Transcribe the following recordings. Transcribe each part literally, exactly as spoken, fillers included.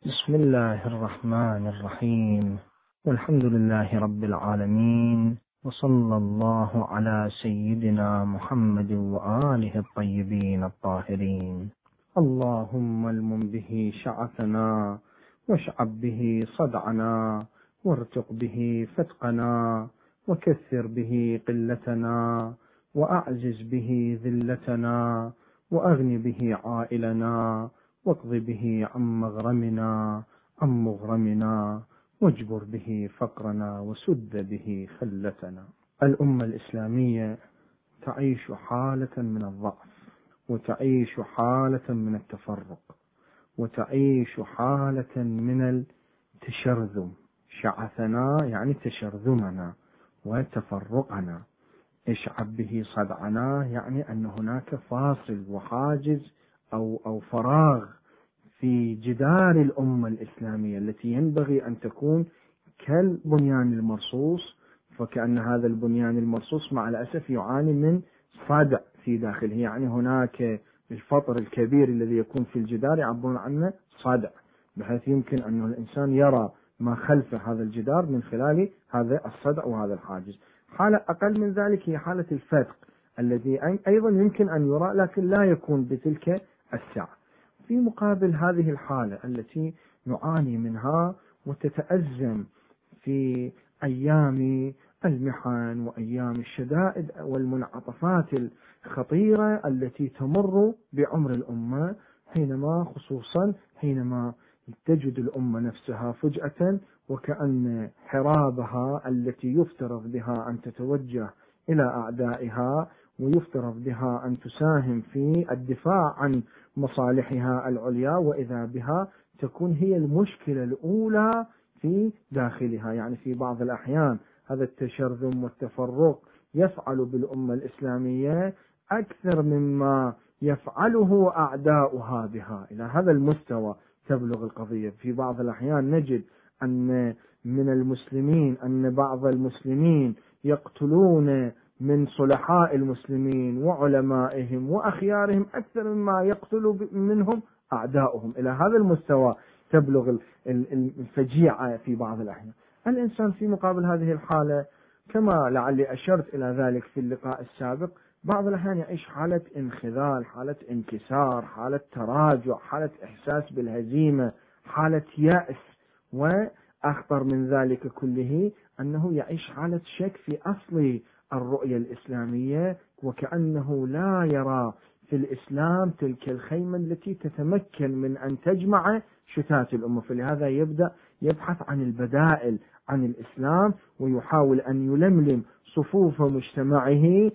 بسم الله الرحمن الرحيم، والحمد لله رب العالمين، وصلى الله على سيدنا محمد وآله الطيبين الطاهرين. اللهم المن به شعثنا، واشعب به صدعنا، وارتق به فتقنا، وكثر به قلتنا، وأعزز به ذلتنا، وأغن به عائلنا، واقض به عن مغرمنا عن مغرمنا، واجبر به فقرنا، وسد به خلتنا. الأمة الإسلامية تعيش حالة من الضعف، وتعيش حالة من التفرق، وتعيش حالة من التشرذم. شعثنا يعني تشرذمنا وتفرقنا. اشعب به صدعنا يعني أن هناك فاصل وحاجز أو أو فراغ في جدار الأمة الإسلامية التي ينبغي أن تكون كالبنيان المرصوص، فكأن هذا البنيان المرصوص مع الأسف يعاني من صدع في داخله. يعني هناك الفطر الكبير الذي يكون في الجدار يعبرون عنه صدع، بحيث يمكن أن الإنسان يرى ما خلف هذا الجدار من خلال هذا الصدع وهذا الحاجز. حالة أقل من ذلك هي حالة الفتق الذي أيضا يمكن أن يرى لكن لا يكون بتلك السعة. في مقابل هذه الحالة التي نعاني منها وتتأزم في أيام المحن وأيام الشدائد والمنعطفات الخطيرة التي تمر بعمر الأمة، حينما خصوصا حينما تجد الأمة نفسها فجأة وكأن حرابها التي يفترض بها أن تتوجه إلى أعدائها ويفترض بها أن تساهم في الدفاع عن مصالحها العليا، وإذا بها تكون هي المشكلة الأولى في داخلها. يعني في بعض الأحيان هذا التشرذم والتفرق يفعل بالأمة الإسلامية أكثر مما يفعله أعداؤها بها. إلى هذا المستوى تبلغ القضية. في بعض الأحيان نجد أن من المسلمين أن بعض المسلمين يقتلون من صلحاء المسلمين وعلمائهم وأخيارهم أكثر مما يقتل منهم أعداؤهم. إلى هذا المستوى تبلغ الفجيعة في بعض الأحيان. الإنسان في مقابل هذه الحالة، كما لعلي أشرت إلى ذلك في اللقاء السابق، بعض الأحيان يعيش حالة انخذال، حالة انكسار، حالة تراجع، حالة إحساس بالهزيمة، حالة يأس، وأخطر من ذلك كله أنه يعيش حالة شك في أصل الرؤية الإسلامية، وكأنه لا يرى في الإسلام تلك الخيمة التي تتمكن من أن تجمع شتات الأمة. فلهذا يبدأ يبحث عن البدائل عن الإسلام، ويحاول أن يلملم صفوف مجتمعه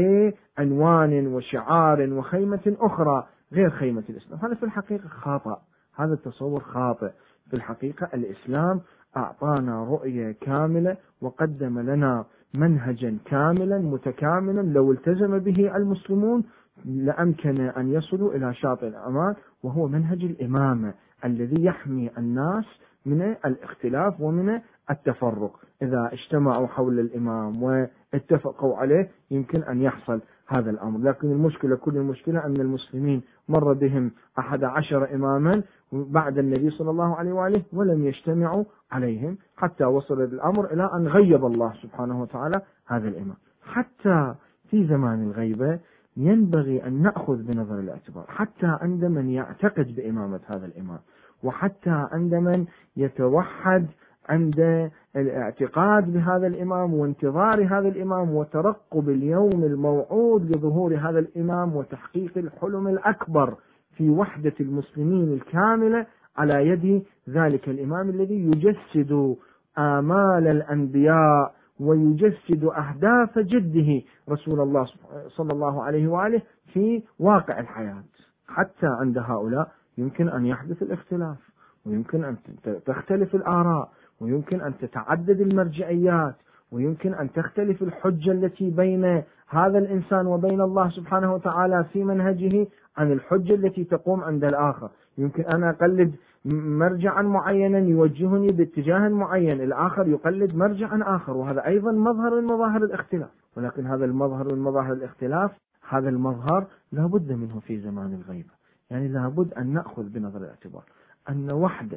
بعنوان وشعار وخيمة أخرى غير خيمة الإسلام. هذا في الحقيقة خاطئ، هذا التصور خاطئ. في الحقيقة الإسلام أعطانا رؤية كاملة وقدم لنا منهجا كاملا متكاملا، لو التزم به المسلمون لأمكن أن يصلوا إلى شاطئ الأمان، وهو منهج الإمامة الذي يحمي الناس من الاختلاف ومن التفرق. إذا اجتمعوا حول الإمام واتفقوا عليه يمكن أن يحصل هذا الأمر. لكن المشكلة كل المشكلة أن المسلمين مر بهم أحد عشر إماما بعد النبي صلى الله عليه وآله ولم يجتمعوا عليهم، حتى وصل الأمر إلى أن غيب الله سبحانه وتعالى هذا الإمام. حتى في زمان الغيبة ينبغي أن نأخذ بنظر الاعتبار، حتى عند من يعتقد بإمامة هذا الإمام، وحتى عند من يتوحد عند الاعتقاد بهذا الإمام وانتظار هذا الإمام وترقب اليوم الموعود لظهور هذا الإمام وتحقيق الحلم الأكبر في وحدة المسلمين الكاملة على يد ذلك الإمام الذي يجسد آمال الأنبياء ويجسد أهداف جده رسول الله صلى الله عليه وآله في واقع الحياة. حتى عند هؤلاء يمكن أن يحدث الاختلاف، ويمكن أن تختلف الآراء، ويمكن أن تتعدد المرجعيات، ويمكن أن تختلف الحجة التي بين هذا الإنسان وبين الله سبحانه وتعالى في منهجه عن الحجة التي تقوم عند الآخر. يمكن أن أقلد مرجعا معينا يوجهني باتجاه معين، الآخر يقلد مرجعا آخر، وهذا أيضا مظهر من مظاهر الاختلاف. ولكن هذا المظهر من مظاهر الاختلاف، هذا المظهر لا بد منه في زمان الغيبة. يعني لا بد أن نأخذ بنظر الاعتبار أن وحدة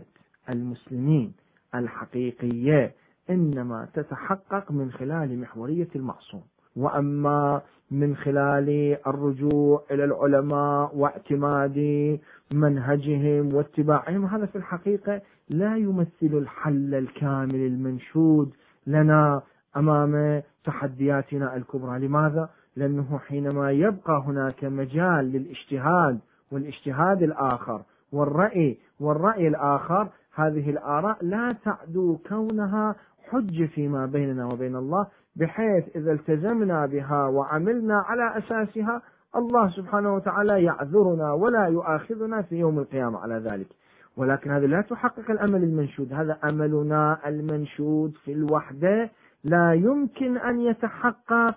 المسلمين الحقيقية إنما تتحقق من خلال محورية المعصوم، وأما من خلال الرجوع إلى العلماء واعتماد منهجهم واتباعهم، هذا في الحقيقة لا يمثل الحل الكامل المنشود لنا أمام تحدياتنا الكبرى. لماذا؟ لأنه حينما يبقى هناك مجال للاجتهاد والاجتهاد الآخر والرأي والرأي الآخر، هذه الآراء لا تعدو كونها حجة فيما بيننا وبين الله، بحيث إذا التزمنا بها وعملنا على أساسها الله سبحانه وتعالى يعذرنا ولا يؤاخذنا في يوم القيامة على ذلك. ولكن هذا لا تحقق الأمل المنشود، هذا أملنا المنشود في الوحدة لا يمكن أن يتحقق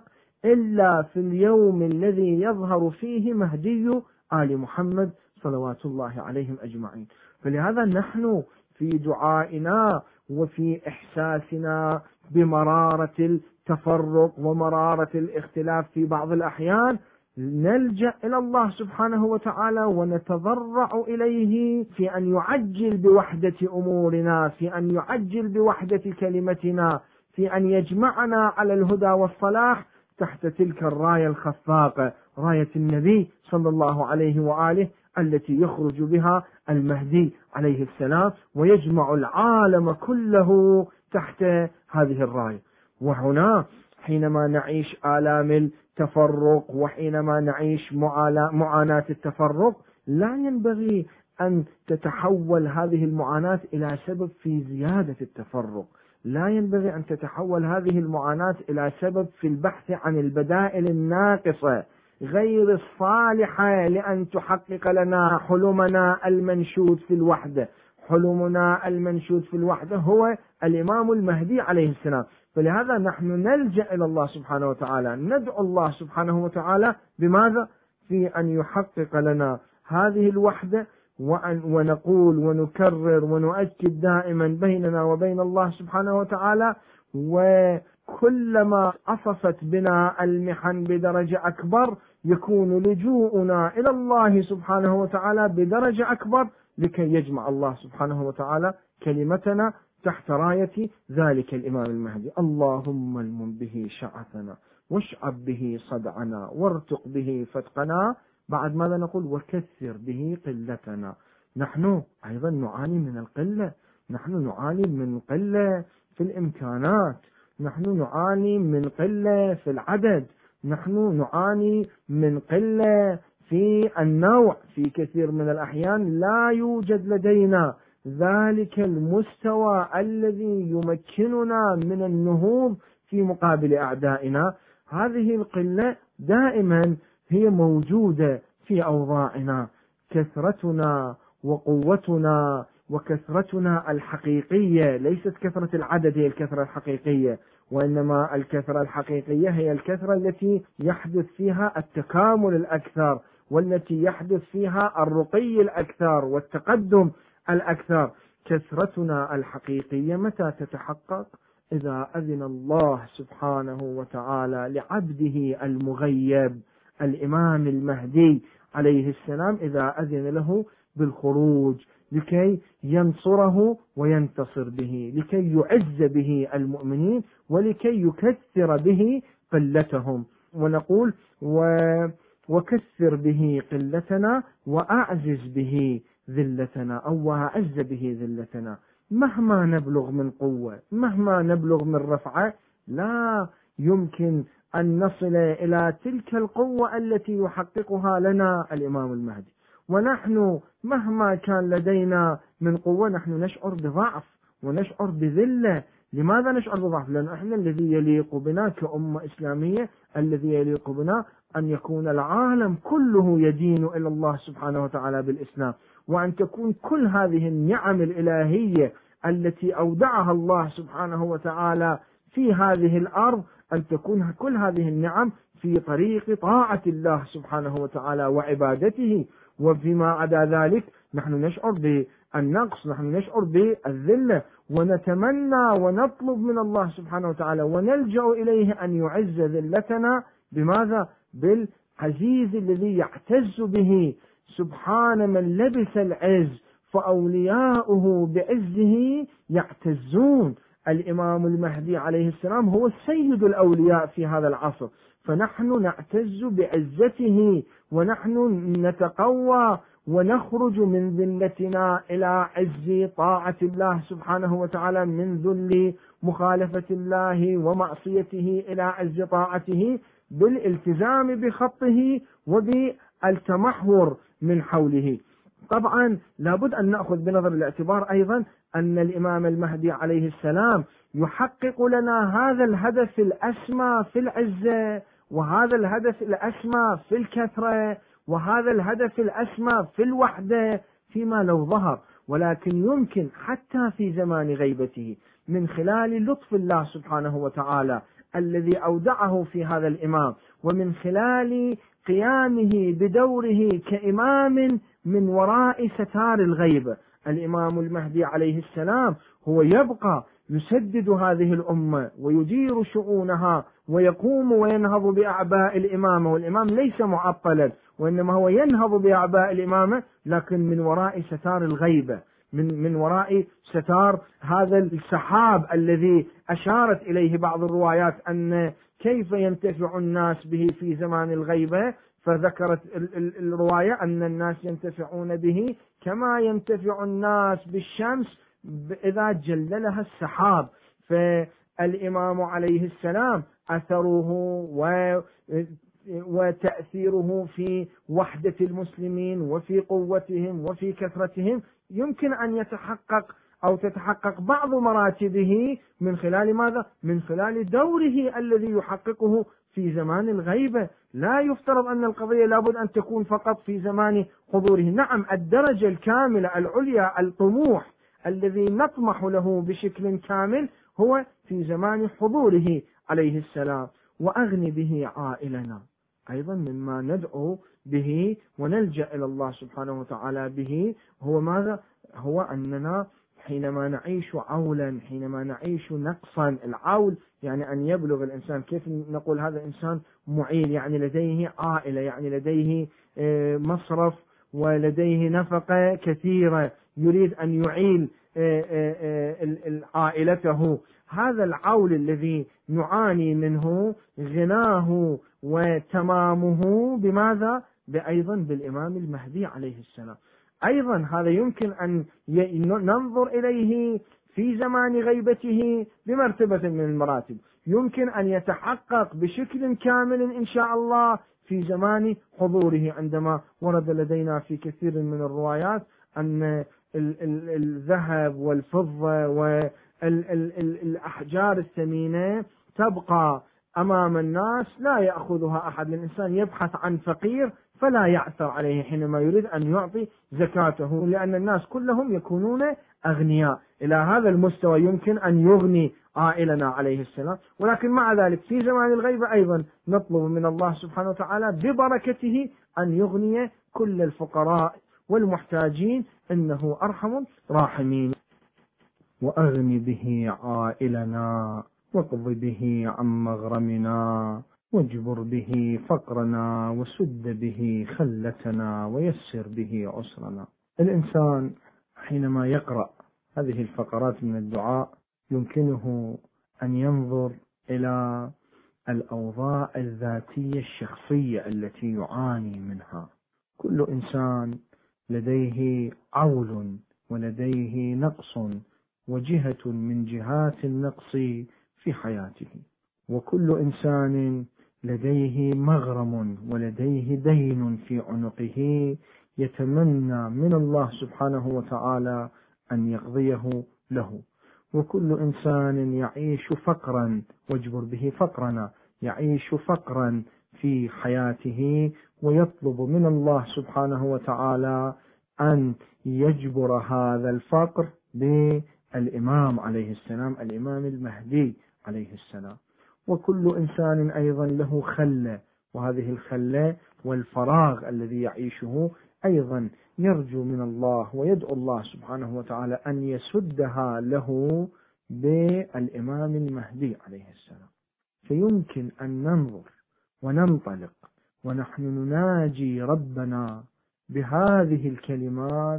إلا في اليوم الذي يظهر فيه مهدي آل محمد صلوات الله عليهم أجمعين. فلهذا نحن في دعائنا وفي إحساسنا بمرارة التفرق ومرارة الاختلاف في بعض الأحيان نلجأ إلى الله سبحانه وتعالى ونتضرع إليه في أن يعجل بوحدة أمورنا، في أن يعجل بوحدة كلمتنا، في أن يجمعنا على الهدى والصلاح تحت تلك الراية الخفاقة، راية النبي صلى الله عليه وآله، التي يخرج بها المهدي عليه السلام ويجمع العالم كله تحت هذه الراية. وهنا حينما نعيش آلام التفرق وحينما نعيش معاناة التفرق، لا ينبغي أن تتحول هذه المعاناة إلى سبب في زيادة التفرق، لا ينبغي أن تتحول هذه المعاناة إلى سبب في البحث عن البدائل الناقصة غير الصالحة لأن تحقق لنا حلمنا المنشود في الوحدة. حلمنا المنشود في الوحدة هو الإمام المهدي عليه السلام. فلهذا نحن نلجأ إلى الله سبحانه وتعالى، ندعو الله سبحانه وتعالى بماذا؟ في أن يحقق لنا هذه الوحدة، وأن ونقول ونكرر ونؤكد دائما بيننا وبين الله سبحانه وتعالى. وكلما أصفت بنا المحن بدرجة أكبر يكون لجوءنا إلى الله سبحانه وتعالى بدرجة أكبر لكي يجمع الله سبحانه وتعالى كلمتنا تحت راية ذلك الإمام المهدي. اللهم المن به شعثنا واشعب به صدعنا وارتق به فتقنا. بعد ماذا نقول؟ وكثر به قلتنا. نحن أيضا نعاني من القلة، نحن نعاني من قلة في الإمكانات، نحن نعاني من قلة في العدد، نحن نعاني من قلة في النوع. في كثير من الأحيان لا يوجد لدينا ذلك المستوى الذي يمكننا من النهوض في مقابل أعدائنا. هذه القلة دائما هي موجودة في أوضاعنا. كثرتنا وقوتنا وكثرتنا الحقيقية ليست كثرة العدد هي الكثرة الحقيقية، وإنما الكثرة الحقيقية هي الكثرة التي يحدث فيها التكامل الأكثر، والتي يحدث فيها الرقي الأكثر والتقدم الأكثر. كثرتنا الحقيقية متى تتحقق؟ إذا أذن الله سبحانه وتعالى لعبده المغيب الإمام المهدي عليه السلام، إذا أذن له بالخروج لكي ينصره وينتصر به، لكي يعز به المؤمنين ولكي يكثر به قلتهم. ونقول و وكثر به قلتنا وأعزز به ذلتنا، أو وأعز به ذلتنا. مهما نبلغ من قوة، مهما نبلغ من رفعة، لا يمكن أن نصل إلى تلك القوة التي يحققها لنا الإمام المهدي. ونحن مهما كان لدينا من قوة نحن نشعر بضعف ونشعر بذلة. لماذا نشعر بضعف؟ لأن احنا الذي يليق بنا كأمة إسلامية، الذي يليق بنا أن يكون العالم كله يدين إلى الله سبحانه وتعالى بالإسلام، وأن تكون كل هذه النعم الإلهية التي أودعها الله سبحانه وتعالى في هذه الأرض، أن تكون كل هذه النعم في طريق طاعة الله سبحانه وتعالى وعبادته. وفيما عدا ذلك نحن نشعر بالنقص، نحن نشعر بالذلة، ونتمنى ونطلب من الله سبحانه وتعالى ونلجأ إليه أن يعز ذلتنا. بماذا؟ بالعزيز الذي يعتز به. سبحان من لبس العز فأولياؤه بعزه يعتزون. الإمام المهدي عليه السلام هو سيد الأولياء في هذا العصر، فنحن نعتز بعزته، ونحن نتقوى ونخرج من ذلتنا إلى عز طاعة الله سبحانه وتعالى، من ذل مخالفة الله ومعصيته إلى عز طاعته، بالالتزام بخطه وبالتمحور من حوله. طبعا لابد أن نأخذ بنظر الاعتبار أيضا أن الإمام المهدي عليه السلام يحقق لنا هذا الهدف الأسمى في العزة، وهذا الهدف الأسمى في الكثرة، وهذا الهدف الأسمى في الوحدة فيما لو ظهر، ولكن يمكن حتى في زمان غيبته من خلال لطف الله سبحانه وتعالى الذي أودعه في هذا الإمام، ومن خلال قيامه بدوره كإمام من وراء ستار الغيبة. الإمام المهدي عليه السلام هو يبقى يسدد هذه الأمة ويدير شؤونها ويقوم وينهض بأعباء الإمامة، والإمام ليس معطلا وإنما هو ينهض بأعباء الإمامة، لكن من وراء ستار الغيبة، من من وراء ستار هذا السحاب الذي أشارت إليه بعض الروايات أن كيف ينتفع الناس به في زمان الغيبة، فذكرت الرواية أن الناس ينتفعون به كما ينتفع الناس بالشمس إذا جللها السحاب. فالإمام عليه السلام أثره و وتأثيره في وحدة المسلمين وفي قوتهم وفي كثرتهم يمكن أن يتحقق أو تتحقق بعض مراتبه من خلال ماذا؟ من خلال دوره الذي يحققه في زمان الغيبة. لا يفترض أن القضية لابد أن تكون فقط في زمان حضوره. نعم، الدرجة الكاملة العليا، الطموح الذي نطمح له بشكل كامل هو في زمان حضوره عليه السلام. وأغني به عائلنا، أيضا مما ندعو به ونلجأ إلى الله سبحانه وتعالى به هو ماذا؟ هو أننا حينما نعيش عولا، حينما نعيش نقصا، العول يعني أن يبلغ الإنسان، كيف نقول هذا إنسان معيل؟ يعني لديه عائلة، يعني لديه مصرف ولديه نفقة كثيرة، يريد أن يعيل عائلته. هذا العول الذي نعاني منه غناه وتمامه بماذا؟ بأيضا بالإمام المهدي عليه السلام. أيضا هذا يمكن أن ننظر إليه في زمان غيبته بمرتبة من المراتب، يمكن أن يتحقق بشكل كامل إن شاء الله في زمان حضوره، عندما ورد لدينا في كثير من الروايات أن الذهب والفضة والأحجار الثمينة تبقى أمام الناس لا يأخذها أحد. الإنسان يبحث عن فقير فلا يعثر عليه حينما يريد أن يعطي زكاته، لأن الناس كلهم يكونون أغنياء. إلى هذا المستوى يمكن أن يغني عائلنا عليه السلام. ولكن مع ذلك في زمان الغيبة أيضا نطلب من الله سبحانه وتعالى ببركته أن يغني كل الفقراء والمحتاجين، إنه أرحم راحمين. وأغني به عائلنا، واقض به عن مغرمنا، واجبر به فقرنا، وسد به خلتنا، ويسر به عسرنا. الإنسان حينما يقرأ هذه الفقرات من الدعاء يمكنه أن ينظر إلى الأوضاع الذاتية الشخصية التي يعاني منها. كل إنسان لديه عول ولديه نقص وجهة من جهات النقص في حياته، وكل إنسان لديه مغرم ولديه دين في عنقه يتمنى من الله سبحانه وتعالى أن يقضيه له. وكل إنسان يعيش فقرا، واجبر به فقرنا، يعيش فقرا في حياته ويطلب من الله سبحانه وتعالى أن يجبر هذا الفقر بالإمام عليه السلام، الإمام المهدي عليه السلام. وكل إنسان أيضا له خلة، وهذه الخلة والفراغ الذي يعيشه أيضا يرجو من الله ويدعو الله سبحانه وتعالى أن يسدها له بالإمام المهدي عليه السلام. فيمكن أن ننظر وننطلق ونحن نناجي ربنا بهذه الكلمات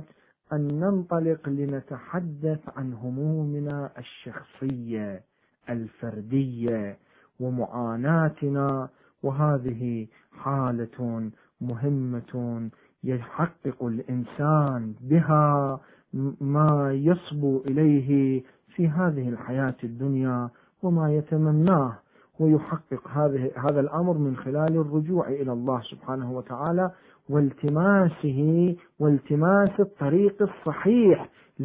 أن ننطلق لنتحدث عن همومنا الشخصية الفردية ومعاناتنا، وهذه حالة مهمة يحقق الإنسان بها ما يصبو إليه في هذه الحياة الدنيا وما يتمناه، ويحقق هذه هذا الأمر من خلال الرجوع إلى الله سبحانه وتعالى والتماسه والتماس الطريق الصحيح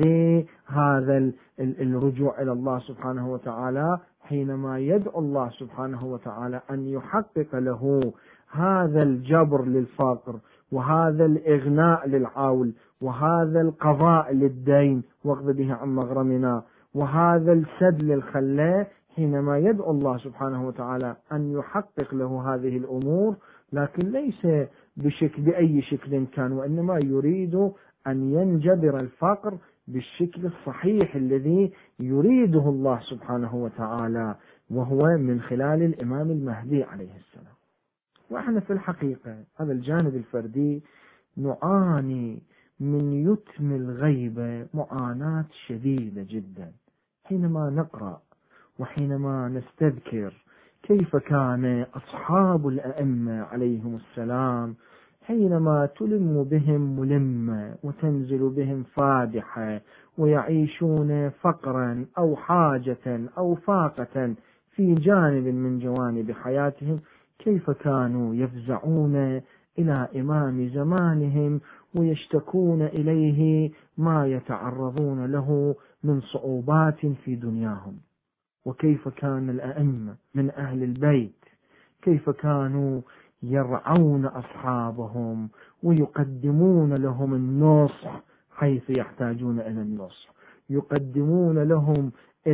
لهذا الرجوع إلى الله سبحانه وتعالى، حينما يدعو الله سبحانه وتعالى أن يحقق له هذا الجبر للفقر وهذا الإغناء للعول وهذا القضاء للدين واقض به عن مغرمنا وهذا السد للخلاء. حينما يدعو الله سبحانه وتعالى أن يحقق له هذه الأمور، لكن ليس بشكل بأي شكل كان، وإنما يريد أن ينجبر الفقر بالشكل الصحيح الذي يريده الله سبحانه وتعالى، وهو من خلال الإمام المهدي عليه السلام. وإحنا في الحقيقة هذا الجانب الفردي نعاني من يتم الغيبة معاناة شديدة جدا حينما نقرأ وحينما نستذكر كيف كان أصحاب الأئمة عليهم السلام حينما تلم بهم ملمة وتنزل بهم فادحة ويعيشون فقرا أو حاجة أو فاقة في جانب من جوانب حياتهم، كيف كانوا يفزعون إلى إمام زمانهم ويشتكون إليه ما يتعرضون له من صعوبات في دنياهم. وكيف كان الأئمة من أهل البيت كيف كانوا يرعون أصحابهم ويقدمون لهم النصح حيث يحتاجون إلى النصح، يقدمون لهم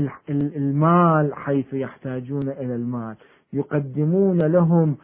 المال حيث يحتاجون إلى المال، يقدمون لهم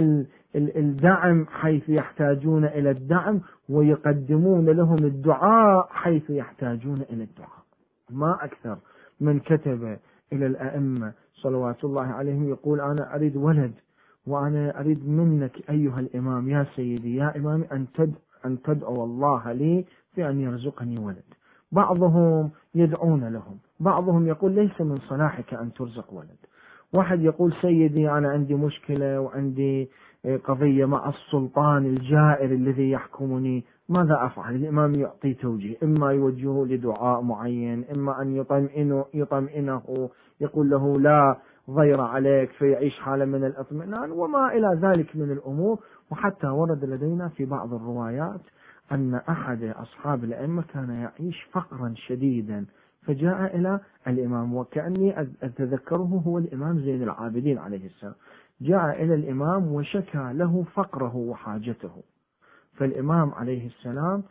الدعم حيث يحتاجون إلى الدعم، ويقدمون لهم الدعاء حيث يحتاجون إلى الدعاء. ما أكثر من كتب إلى الأئمة صلوات الله عليهم يقول أنا أريد ولد، وأنا أريد منك أيها الإمام يا سيدي يا إمامي أن تدعو, أن تدعو الله لي في أن يرزقني ولد. بعضهم يدعون لهم، بعضهم يقول ليس من صلاحك أن ترزق ولد. واحد يقول سيدي أنا عندي مشكلة وعندي قضية مع السلطان الجائر الذي يحكمني، ماذا أفعل؟ الإمام يعطي توجيه، إما يوجهه لدعاء معين، إما أن يطمئنه, يطمئنه يقول له لا ضير عليك فيعيش حالة من الاطمئنان وما إلى ذلك من الأمور. وحتى ورد لدينا في بعض الروايات أن أحد أصحاب الأئمة كان يعيش فقرا شديدا فجاء إلى الإمام، وكأني أتذكره هو الإمام زين العابدين عليه السلام، جاء إلى الإمام وشكى له فقره وحاجته، فالإمام عليه السلام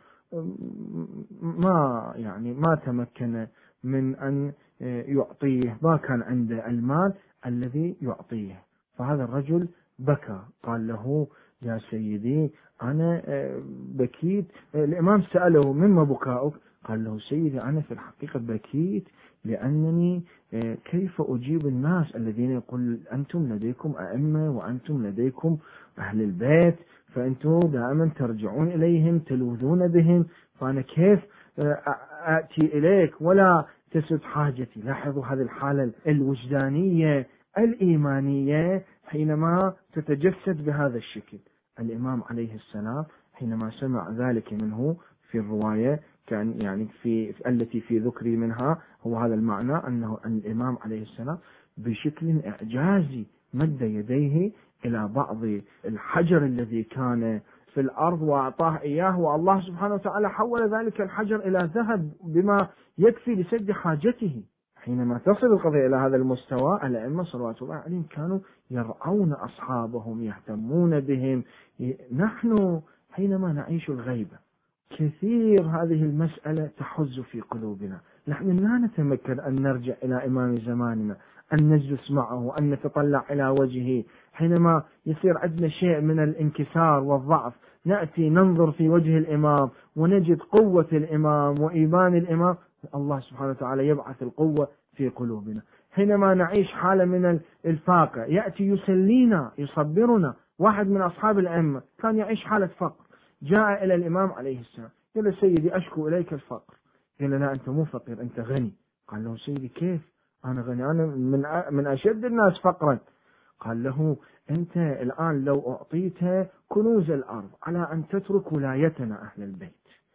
ما يعني ما تمكن من أن يعطيه، ما كان عنده المال الذي يعطيه. فهذا الرجل بكى، قال له يا سيدي أنا بكيت. الإمام سأله مما بكاؤك؟ قال له سيدي أنا في الحقيقة بكيت لأنني كيف أجيب الناس الذين يقول أنتم لديكم أئمة وأنتم لديكم أهل البيت، فأنتم دائما ترجعون إليهم تلوذون بهم، فأنا كيف أأتي إليك ولا تسد حاجتي؟ لاحظوا هذه الحالة الوجدانية الإيمانية حينما تتجسد بهذا الشكل. الإمام عليه السلام حينما سمع ذلك منه في الرواية كان يعني في التي في ذكري منها هو هذا المعنى، أنه الإمام عليه السلام بشكل إعجازي مد يديه إلى بعض الحجر الذي كان في الأرض وأعطاه إياه، والله سبحانه وتعالى حول ذلك الحجر إلى ذهب بما يكفي لسد حاجته. حينما تصل القضية إلى هذا المستوى الأئمة صلوات الله عليهم كانوا يرعون أصحابهم يهتمون بهم. نحن حينما نعيش الغيبة كثير هذه المسألة تحز في قلوبنا، نحن لا نتمكن أن نرجع إلى إمام زماننا، أن نجلس معه، أن نتطلع إلى وجهه. حينما يصير عندنا شيء من الانكسار والضعف نأتي ننظر في وجه الإمام ونجد قوة الإمام وإيمان الإمام، الله سبحانه وتعالى يبعث القوة في قلوبنا. حينما نعيش حالة من الفاقة يأتي يسلينا يصبرنا. واحد من أصحاب الأئمة كان يعيش حالة فقر، جاء إلى الإمام عليه السلام قال له سيدي أشكو إليك الفقر. قال له لا أنت مو فقير أنت غني. قال له سيدي كيف أنا غني أنا من من أشد الناس فقرا. قال له أنت الآن لو أعطيت كنوز الأرض على أن تترك ولايتنا أهل البيت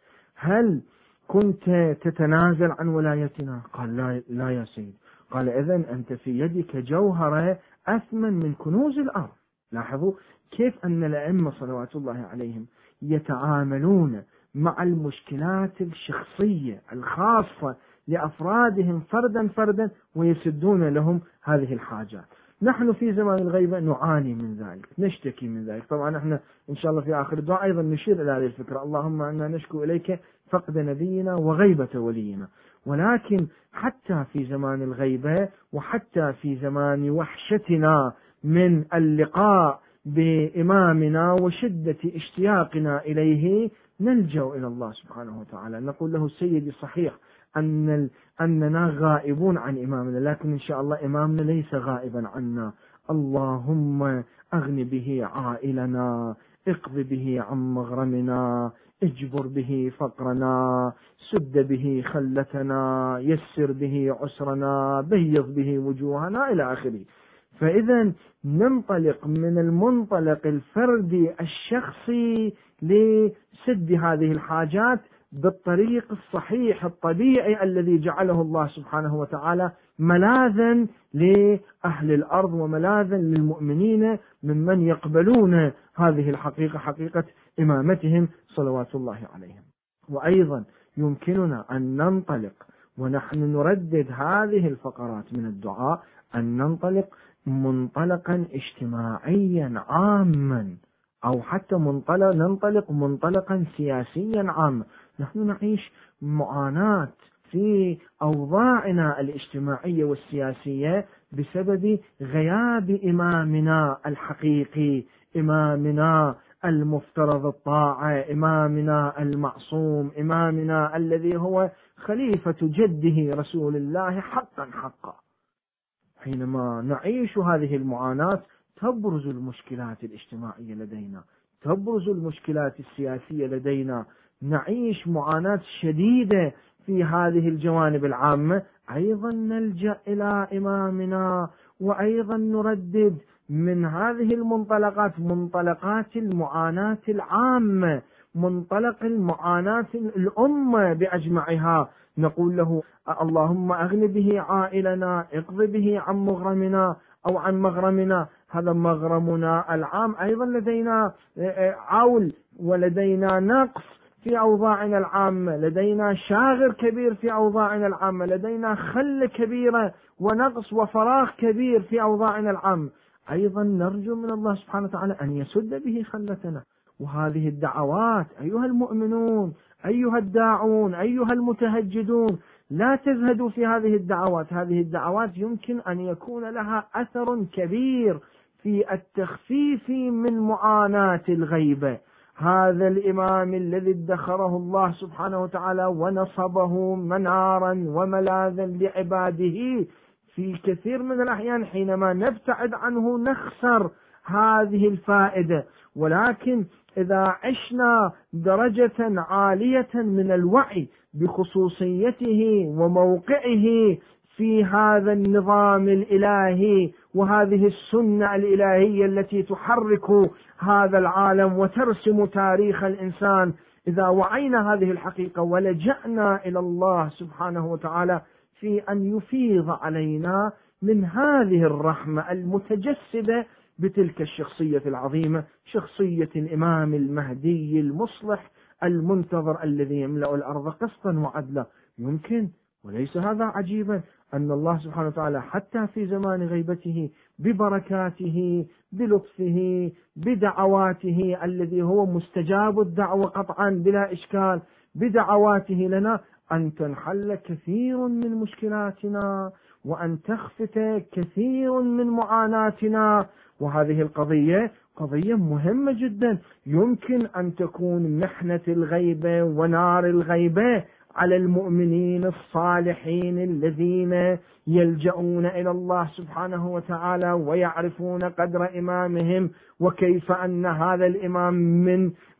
هل كنت تتنازل عن ولايتنا؟ قال لا, لا يا سيد. قال إذن أنت في يدك جوهرة أثمن من كنوز الأرض. لاحظوا كيف أن الأئمة صلوات الله عليهم يتعاملون مع المشكلات الشخصية الخاصة لأفرادهم فردا فردا ويسدون لهم هذه الحاجات. نحن في زمان الغيبة نعاني من ذلك نشتكي من ذلك. طبعا احنا إن شاء الله في آخر الدعاء أيضا نشير إلى هذه الفكرة اللهم أنا نشكو إليك فقد نبينا وغيبة ولينا. ولكن حتى في زمان الغيبة وحتى في زمان وحشتنا من اللقاء بإمامنا وشدة اشتياقنا إليه نلجأ إلى الله سبحانه وتعالى نقول له سيدي صحيح أن أننا غائبون عن إمامنا لكن إن شاء الله إمامنا ليس غائبا عنا. اللهم أغن به عائلنا اقض به عن مغرمنا اجبر به فقرنا سد به خلتنا يسر به عسرنا بيض به وجوهنا إلى آخره. فإذا ننطلق من المنطلق الفردي الشخصي لسد هذه الحاجات بالطريق الصحيح الطبيعي الذي جعله الله سبحانه وتعالى ملاذا لأهل الأرض وملاذا للمؤمنين ممن يقبلون هذه الحقيقة حقيقة إمامتهم صلوات الله عليهم. وأيضا يمكننا أن ننطلق ونحن نردد هذه الفقرات من الدعاء أن ننطلق منطلقا اجتماعيا عاما أو حتى منطلق ننطلق منطلقا سياسيا عاما. نحن نعيش معاناة في أوضاعنا الاجتماعية والسياسية بسبب غياب إمامنا الحقيقي إمامنا المفترض الطاعة إمامنا المعصوم إمامنا الذي هو خليفة جده رسول الله حقا حقا. حينما نعيش هذه المعاناة تبرز المشكلات الاجتماعية لدينا تبرز المشكلات السياسية لدينا نعيش معاناة شديدة في هذه الجوانب العامة. أيضا نلجأ إلى إمامنا وأيضا نردد من هذه المنطلقات منطلقات المعاناة العامة منطلق المعاناة الأمة بأجمعها نقول له اللهم أغن به عائلنا اقض به عن مغرمنا أو عن مغرمنا. هذا مغرمنا العام أيضا لدينا عول ولدينا نقص في أوضاعنا العامة لدينا شاغر كبير في أوضاعنا العامة لدينا خل كبيرة ونقص وفراغ كبير في أوضاعنا العامة. أيضا نرجو من الله سبحانه وتعالى أن يسد به خلتنا. وهذه الدعوات أيها المؤمنون أيها الداعون أيها المتهجدون لا تزهدوا في هذه الدعوات. هذه الدعوات يمكن أن يكون لها أثر كبير في التخفيف من معاناة الغيبة. هذا الإمام الذي ادخره الله سبحانه وتعالى ونصبه منارا وملاذا لعباده في كثير من الأحيان حينما نبتعد عنه نخسر هذه الفائدة. ولكن إذا عشنا درجة عالية من الوعي بخصوصيته وموقعه في هذا النظام الإلهي وهذه السنة الإلهية التي تحرك هذا العالم وترسم تاريخ الإنسان، إذا وعينا هذه الحقيقة ولجأنا إلى الله سبحانه وتعالى في أن يفيض علينا من هذه الرحمة المتجسدة بتلك الشخصية العظيمة، شخصية الإمام المهدي المصلح المنتظر الذي يملأ الأرض قسطا وعدلا، يمكن وليس هذا عجيبا أن الله سبحانه وتعالى حتى في زمان غيبته ببركاته بلطفه بدعواته الذي هو مستجاب الدعوة قطعا بلا إشكال، بدعواته لنا أن تنحل كثير من مشكلاتنا وأن تخفت كثير من معاناتنا. وهذه القضية قضية مهمة جدا، يمكن أن تكون محنة الغيبة ونار الغيبة على المؤمنين الصالحين الذين يلجؤون إلى الله سبحانه وتعالى ويعرفون قدر إمامهم وكيف أن هذا الإمام من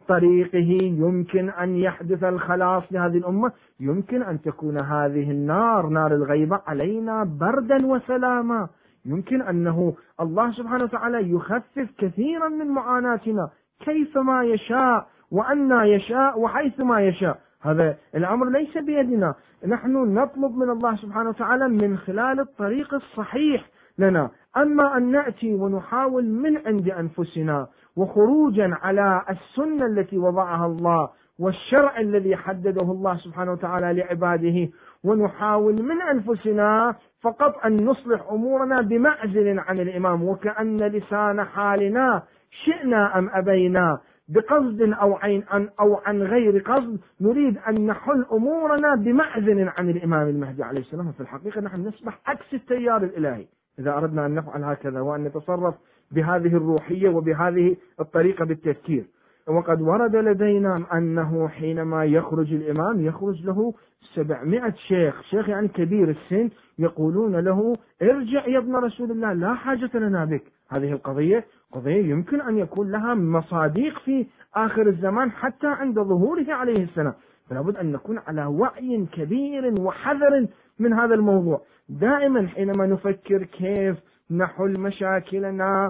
طريقه يمكن أن يحدث الخلاص لهذه الأمة، يمكن أن تكون هذه النار، نار الغيبة، علينا بردا وسلاما. يمكن أنه الله سبحانه وتعالى يخفف كثيرا من معاناتنا كيفما يشاء وأنا يشاء وحيثما يشاء. هذا الأمر ليس بيدنا، نحن نطلب من الله سبحانه وتعالى من خلال الطريق الصحيح لنا. أما أن نأتي ونحاول من عند أنفسنا وخروجا على السنة التي وضعها الله والشرع الذي حدده الله سبحانه وتعالى لعباده، ونحاول من أنفسنا فقط أن نصلح أمورنا بمعزل عن الإمام، وكأن لسان حالنا شئنا أم أبينا بقصد أو عن أو عن غير قصد نريد أن نحل أمورنا بمعزل عن الإمام المهدي عليه السلام. في الحقيقة نحن نسبح عكس التيار الإلهي إذا أردنا أن نفعل هكذا وأن نتصرف بهذه الروحية وبهذه الطريقة بالتفكير. وقد ورد لدينا أنه حينما يخرج الإمام يخرج له سبعمائة شيخ، شيخ يعني كبير السن، يقولون له ارجع يا ابن رسول الله لا حاجة لنا بك. هذه القضية قضية يمكن أن يكون لها مصادق في آخر الزمان حتى عند ظهوره عليه السلام، فلا بد أن نكون على وعي كبير وحذر من هذا الموضوع. دائما حينما نفكر كيف نحل مشاكلنا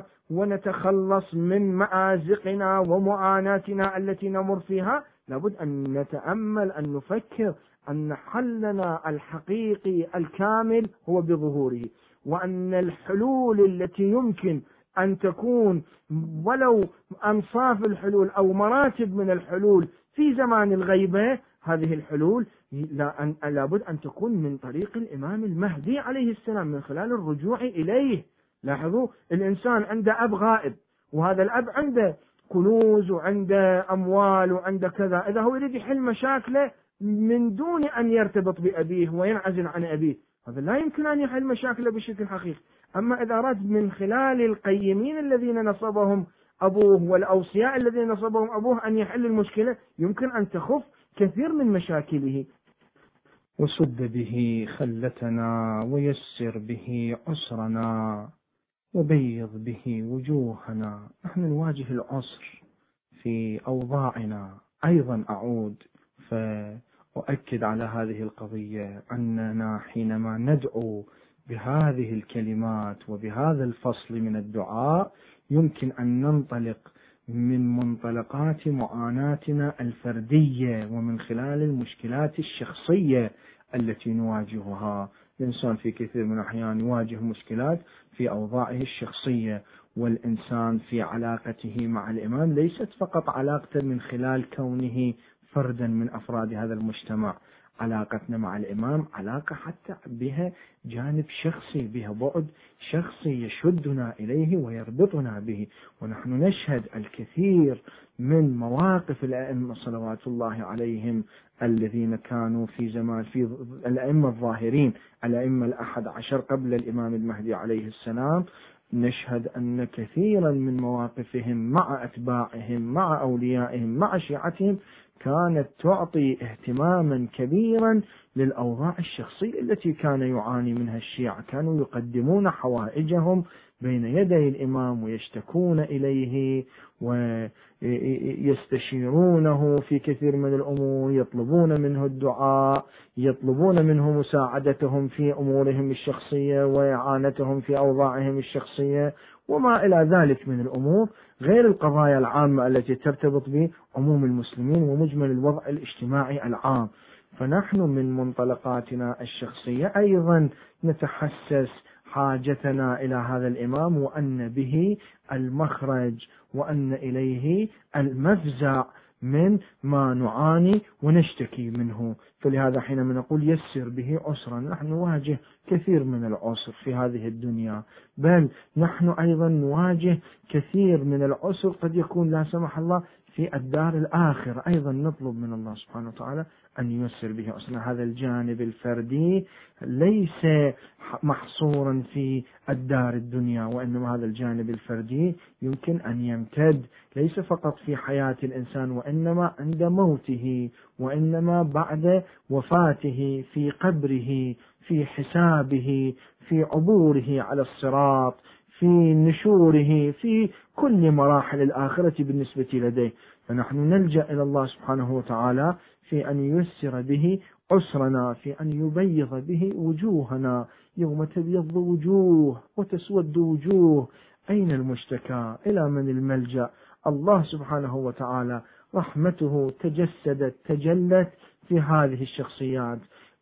ونتخلص من مآزقنا ومعاناتنا التي نمر فيها، لابد أن نتأمل أن نفكر أن حلنا الحقيقي الكامل هو بظهوره، وأن الحلول التي يمكن أن تكون ولو أنصاف الحلول أو مراتب من الحلول في زمان الغيبة، هذه الحلول لابد أن تكون من طريق الإمام المهدي عليه السلام من خلال الرجوع إليه. لاحظوا الإنسان عنده أب غائب، وهذا الأب عنده كنوز وعنده أموال وعنده كذا، إذا هو يريد يحل مشاكله من دون أن يرتبط بأبيه وينعزل عن أبيه، هذا لا يمكن أن يحل مشاكله بشكل حقيقي. أما إذا أراد من خلال القيمين الذين نصبهم أبوه والأوصياء الذين نصبهم أبوه أن يحل المشكلة، يمكن أن تخف كثير من مشاكله. وسد به خلتنا ويسر به عسرنا وبيض به وجوهنا. نحن نواجه العسر في أوضاعنا. أيضا أعود فأؤكد على هذه القضية أننا حينما ندعو بهذه الكلمات وبهذا الفصل من الدعاء يمكن أن ننطلق من منطلقات معاناتنا الفردية ومن خلال المشكلات الشخصية التي نواجهها. الإنسان في كثير من الأحيان يواجه مشكلات في أوضاعه الشخصية، والإنسان في علاقته مع الإمام ليست فقط علاقة من خلال كونه فردا من أفراد هذا المجتمع، علاقتنا مع الإمام علاقة حتى بها جانب شخصي، بها بعد شخصي يشدنا إليه ويربطنا به. ونحن نشهد الكثير من مواقف الأئمة صلوات الله عليهم الذين كانوا في زمان في الأئمة الظاهرين، الأئمة الأحد عشر قبل الإمام المهدي عليه السلام. نشهد أن كثيرا من مواقفهم مع أتباعهم مع أوليائهم مع شيعتهم كانت تعطي اهتماما كبيرا للأوضاع الشخصية التي كان يعاني منها الشيعة. كانوا يقدمون حوائجهم بين يدي الإمام ويشتكون إليه ويستشيرونه في كثير من الأمور، يطلبون منه الدعاء، يطلبون منه مساعدتهم في أمورهم الشخصية وإعانتهم في أوضاعهم الشخصية وما إلى ذلك من الأمور، غير القضايا العامة التي ترتبط بعموم المسلمين ومجمل الوضع الاجتماعي العام. فنحن من منطلقاتنا الشخصية أيضا نتحسس حاجتنا إلى هذا الإمام، وأن به المخرج وأن إليه المفزع من ما نعاني ونشتكي منه. فلهذا حينما نقول يسر به عسرا، نحن نواجه كثير من العسر في هذه الدنيا، بل نحن أيضا نواجه كثير من العسر قد يكون لا سمح الله في الدار الآخرة. أيضا نطلب من الله سبحانه وتعالى أن ييسر به عسرنا. هذا الجانب الفردي ليس محصورا في الدار الدنيا، وإنما هذا الجانب الفردي يمكن أن يمتد ليس فقط في حياة الإنسان وإنما عند موته، وإنما بعد وفاته في قبره، في حسابه، في عبوره على الصراط، في نشوره في كل مراحل الآخرة بالنسبة لديه. فنحن نلجأ إلى الله سبحانه وتعالى في أن ييسر به عسرنا، في أن يبيض به وجوهنا يوم تبيض وجوه وتسود وجوه. أين المشتكى؟ إلى من الملجأ؟ الله سبحانه وتعالى رحمته تجسدت تجلت في هذه الشخصيات.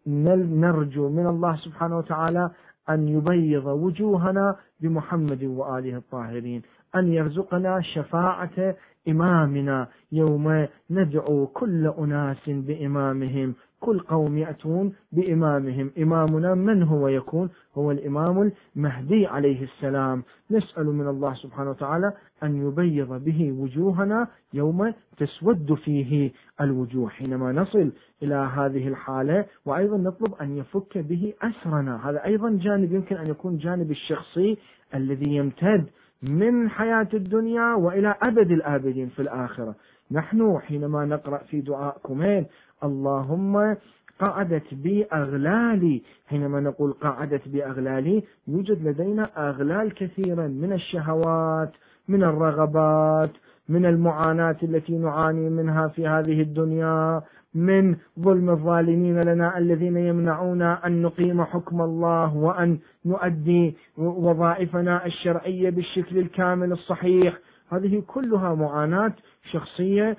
نرجو من الله سبحانه وتعالى أن يبيض وجوهنا بمحمد وآله الطاهرين، أن يرزقنا شفاعة إمامنا يوم ندعو كل أناس بإمامهم، كل قوم يأتون بإمامهم. إمامنا من هو يكون؟ هو الإمام المهدي عليه السلام. نسأل من الله سبحانه وتعالى أن يبيض به وجوهنا يوم تسود فيه الوجوه حينما نصل إلى هذه الحالة. وأيضا نطلب أن يفك به أسرنا. هذا أيضا جانب يمكن أن يكون جانب الشخصي الذي يمتد من حياة الدنيا وإلى أبد الآبدين في الآخرة. نحن حينما نقرأ في دعاء كمين اللهم قعدت بي أغلالي، حينما نقول قعدت بي أغلالي يوجد لدينا أغلال كثيرا من الشهوات، من الرغبات، من المعاناة التي نعاني منها في هذه الدنيا، من ظلم الظالمين لنا الذين يمنعونا أن نقيم حكم الله وأن نؤدي وظائفنا الشرعية بالشكل الكامل الصحيح. هذه كلها معاناة شخصية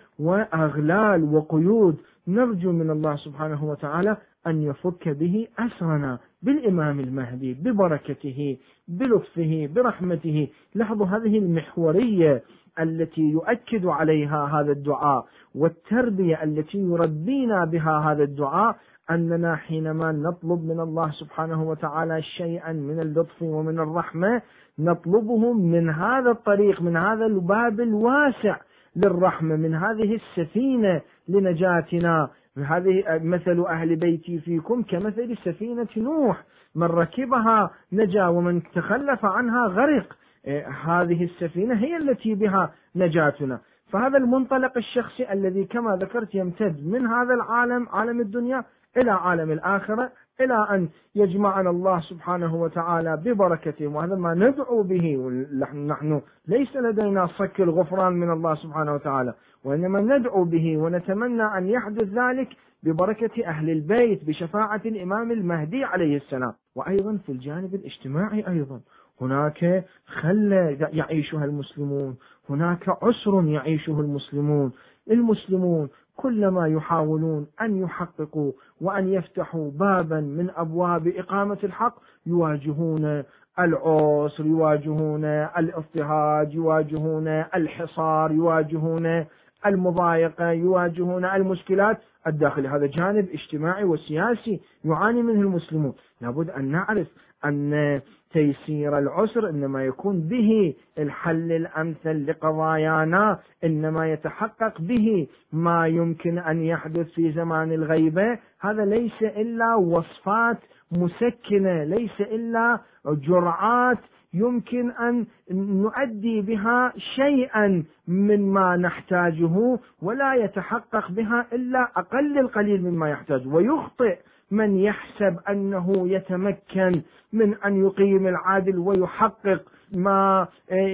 وأغلال وقيود. نرجو من الله سبحانه وتعالى أن يفك به أسرنا بالإمام المهدي ببركته بلطفه برحمته. لاحظوا هذه المحورية التي يؤكد عليها هذا الدعاء والتربية التي يربينا بها هذا الدعاء، أننا حينما نطلب من الله سبحانه وتعالى شيئا من اللطف ومن الرحمة نطلبه من هذا الطريق، من هذا الباب الواسع للرحمة، من هذه السفينة لنجاتنا. هذه مثل أهل بيتي فيكم كمثل سفينة نوح، من ركبها نجا ومن تخلف عنها غرق. هذه السفينة هي التي بها نجاتنا. فهذا المنطلق الشخصي الذي كما ذكرت يمتد من هذا العالم عالم الدنيا إلى عالم الآخرة، إلى أن يجمعنا الله سبحانه وتعالى ببركته. وهذا ما ندعو به. نحن ليس لدينا صك الغفران من الله سبحانه وتعالى، وإنما ندعو به ونتمنى أن يحدث ذلك ببركة أهل البيت بشفاعة الإمام المهدي عليه السلام. وأيضا في الجانب الاجتماعي أيضا هناك خلة يعيشها المسلمون، هناك عسر يعيشه المسلمون. المسلمون كلما يحاولون أن يحققوا وأن يفتحوا بابا من أبواب إقامة الحق يواجهون العسر، يواجهون الاضطهاد، يواجهون الحصار، يواجهون المضايقة، يواجهون المشكلات الداخلية. هذا جانب اجتماعي وسياسي يعاني منه المسلمون. لابد أن نعرف أن تيسير العسر إنما يكون به الحل الأمثل لقضايانا، إنما يتحقق به ما يمكن أن يحدث في زمان الغيبة. هذا ليس إلا وصفات مسكنة، ليس إلا جرعات يمكن أن نؤدي بها شيئا من ما نحتاجه، ولا يتحقق بها إلا أقل القليل مما يحتاج. ويخطئ من يحسب أنه يتمكن من أن يقيم العدل ويحقق ما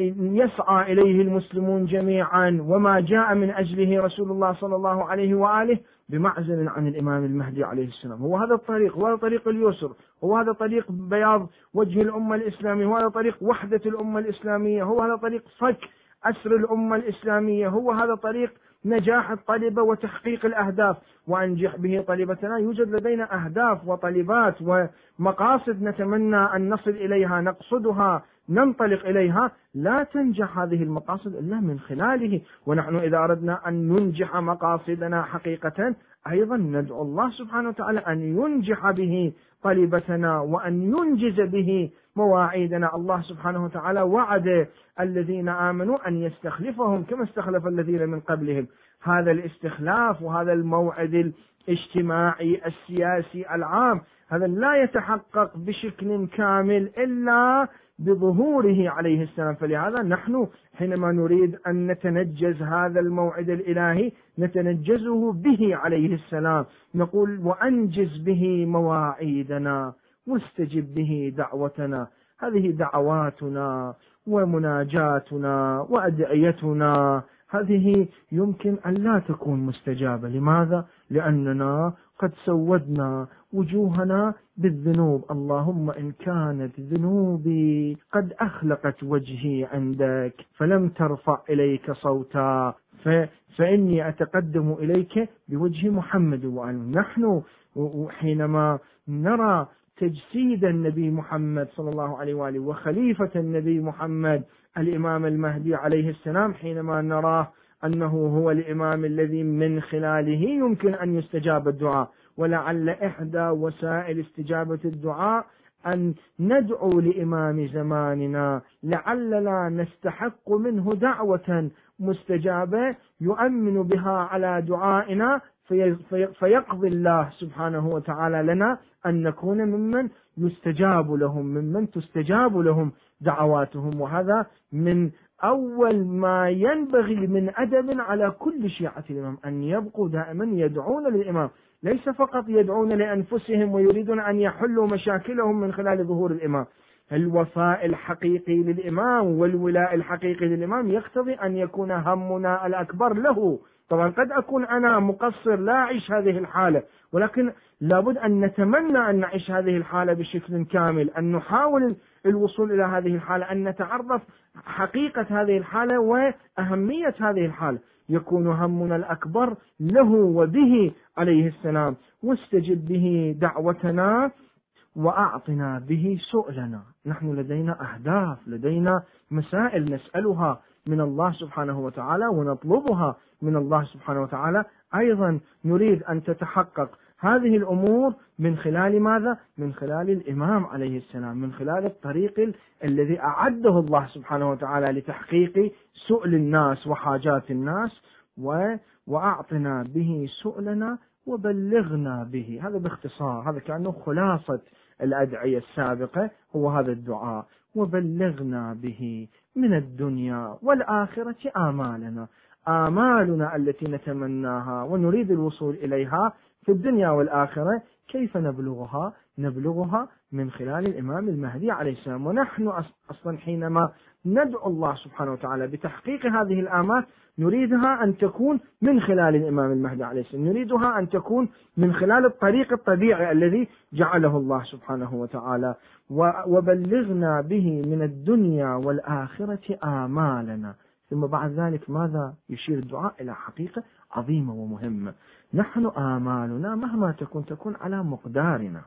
يسعى إليه المسلمون جميعا وما جاء من أجله رسول الله صلى الله عليه وآله بمعزل عن الإمام المهدي عليه السلام. هو هذا الطريق، هو هذا طريق اليسر، هو هذا طريق بياض وجه الأمة الإسلامية، هو هذا طريق وحدة الأمة الإسلامية، هو هذا طريق فك أسر الأمة الإسلامية، هو هذا طريق نجاح الطلبة وتحقيق الأهداف. وأنجح به طلبتنا. يوجد لدينا أهداف وطلبات ومقاصد نتمنى أن نصل إليها، نقصدها، ننطلق إليها. لا تنجح هذه المقاصد إلا من خلاله. ونحن إذا أردنا أن ننجح مقاصدنا حقيقة أيضا ندعو الله سبحانه وتعالى أن ينجح به طلبتنا وأن ينجز به مواعيدنا. الله سبحانه وتعالى وعد الذين آمنوا أن يستخلفهم كما استخلف الذين من قبلهم. هذا الاستخلاف وهذا الموعد الاجتماعي السياسي العام هذا لا يتحقق بشكل كامل إلا بظهوره عليه السلام. فلهذا نحن حينما نريد أن نتنجز هذا الموعد الإلهي نتنجزه به عليه السلام. نقول وأنجز به مواعيدنا واستجب به دعوتنا. هذه دعواتنا ومناجاتنا وأدعيتنا هذه يمكن أن لا تكون مستجابة. لماذا؟ لأننا قد سودنا وجوهنا بالذنوب. اللهم إن كانت ذنوبي قد أخلقت وجهي عندك فلم ترفع إليك صوتا فإني أتقدم إليك بوجه محمد وآله. نحن حينما نرى تجسيد النبي محمد صلى الله عليه وآله وخليفة النبي محمد الإمام المهدي عليه السلام، حينما نراه أنه هو الإمام الذي من خلاله يمكن أن يستجاب الدعاء، ولعل إحدى وسائل استجابة الدعاء أن ندعو لإمام زماننا، لعلنا نستحق منه دعوة مستجابة يؤمن بها على دعائنا فيقضي الله سبحانه وتعالى لنا أن نكون ممن يستجاب لهم، ممن تستجاب لهم دعواتهم. وهذا من أول ما ينبغي من أدب على كل شيعة الإمام، أن يبقوا دائما يدعون للإمام، ليس فقط يدعون لأنفسهم ويريدون أن يحلوا مشاكلهم من خلال ظهور الإمام. الوفاء الحقيقي للإمام والولاء الحقيقي للإمام يقتضي أن يكون همنا الأكبر له. طبعا قد أكون أنا مقصر لا أعيش هذه الحالة، ولكن لابد أن نتمنى أن نعيش هذه الحالة بشكل كامل، أن نحاول الوصول إلى هذه الحالة، أن نتعرف حقيقة هذه الحالة وأهمية هذه الحالة. يكون همنا الأكبر له وبه عليه السلام، واستجب به دعوتنا وأعطنا به سؤلنا. نحن لدينا أهداف، لدينا مسائل نسألها من الله سبحانه وتعالى ونطلبها من الله سبحانه وتعالى. أيضا نريد أن تتحقق هذه الأمور من خلال ماذا؟ من خلال الإمام عليه السلام، من خلال الطريق الذي أعده الله سبحانه وتعالى لتحقيق سؤل الناس وحاجات الناس. وأعطنا به سؤلنا وبلغنا به. هذا باختصار، هذا كأنه خلاصة الأدعية السابقة، هو هذا الدعاء: وبلغنا به من الدنيا والآخرة آمالنا. آمالنا التي نتمناها ونريد الوصول إليها في الدنيا والآخرة، كيف نبلغها؟ نبلغها من خلال الإمام المهدي عليه السلام. ونحن أصلا حينما ندعو الله سبحانه وتعالى بتحقيق هذه الآمال نريدها أن تكون من خلال الإمام المهدي عليه السلام، نريدها أن تكون من خلال الطريق الطبيعي الذي جعله الله سبحانه وتعالى. وبلغنا به من الدنيا والآخرة آمالنا. ثم بعد ذلك ماذا يشير الدعاء؟ إلى حقيقة عظيمة ومهمة: نحن آمالنا مهما تكون تكون على مقدارنا،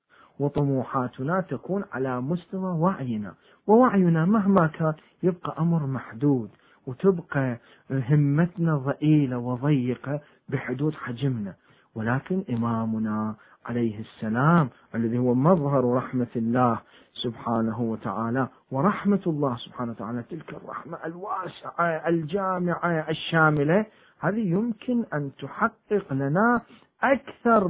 وطموحاتنا تكون على مستوى وعينا، ووعينا مهما كان يبقى أمر محدود، وتبقى همتنا ضئيلة وضيقة بحدود حجمنا. ولكن إمامنا عليه السلام الذي هو مظهر رحمة الله سبحانه وتعالى، ورحمة الله سبحانه وتعالى تلك الرحمة الواسعة الجامعة الشاملة، هذه يمكن أن تحقق لنا أكثر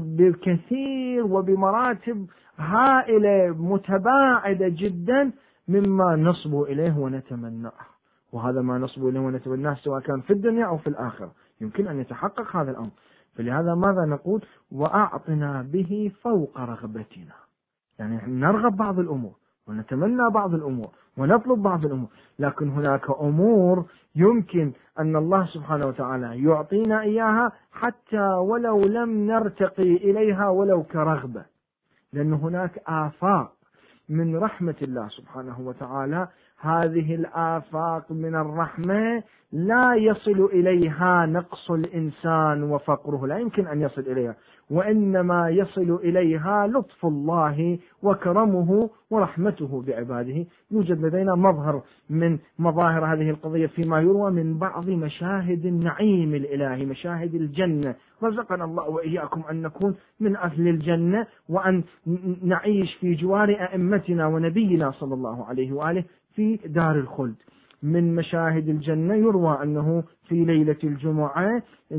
بكثير وبمراتب هائلة متباعدة جدا مما نصب إليه ونتمناه. وهذا ما نصب إليه ونتمناه سواء كان في الدنيا أو في الآخرة، يمكن أن يتحقق هذا الأمر. فلهذا ماذا نقول؟ وأعطنا به فوق رغبتنا. يعني نرغب بعض الأمور ونتمنى بعض الأمور ونطلب بعض الأمور، لكن هناك أمور يمكن أن الله سبحانه وتعالى يعطينا إياها حتى ولو لم نرتقي إليها ولو كرغبة، لأن هناك آفاق من رحمة الله سبحانه وتعالى. هذه الآفاق من الرحمة لا يصل إليها نقص الإنسان وفقره، لا يمكن أن يصل إليها، وإنما يصل إليها لطف الله وكرمه ورحمته بعباده. يوجد لدينا مظهر من مظاهر هذه القضية فيما يروى من بعض مشاهد النعيم الإلهي، مشاهد الجنة. رزقنا الله وإياكم أن نكون من أهل الجنة، وأن نعيش في جوار أئمتنا ونبينا صلى الله عليه وآله في دار الخلد. من مشاهد الجنة يروى أنه في ليلة الجمعة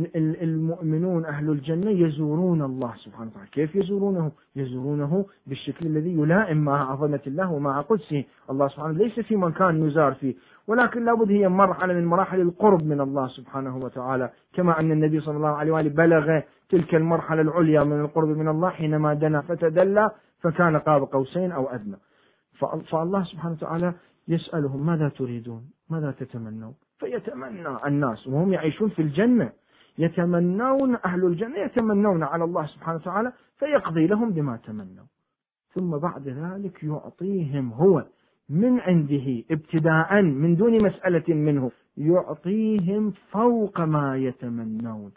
المؤمنون أهل الجنة يزورون الله سبحانه وتعالى. كيف يزورونه؟ يزورونه بالشكل الذي يلائم مع عظمة الله ومع قدسه. الله سبحانه ليس في مكان يزار فيه، ولكن لابد هي مرحلة من مراحل القرب من الله سبحانه وتعالى، كما أن النبي صلى الله عليه وآله بلغ تلك المرحلة العليا من القرب من الله حينما دنا فتدلى فكان قاب قوسين أو أدنى. فالله سبحانه وتعالى يسألهم ماذا تريدون، ماذا تتمنون، فيتمنى الناس وهم يعيشون في الجنة، يتمنون أهل الجنة يتمنون على الله سبحانه وتعالى فيقضي لهم بما تمنوا، ثم بعد ذلك يعطيهم هو من عنده ابتداء من دون مسألة منه، يعطيهم فوق ما يتمنون،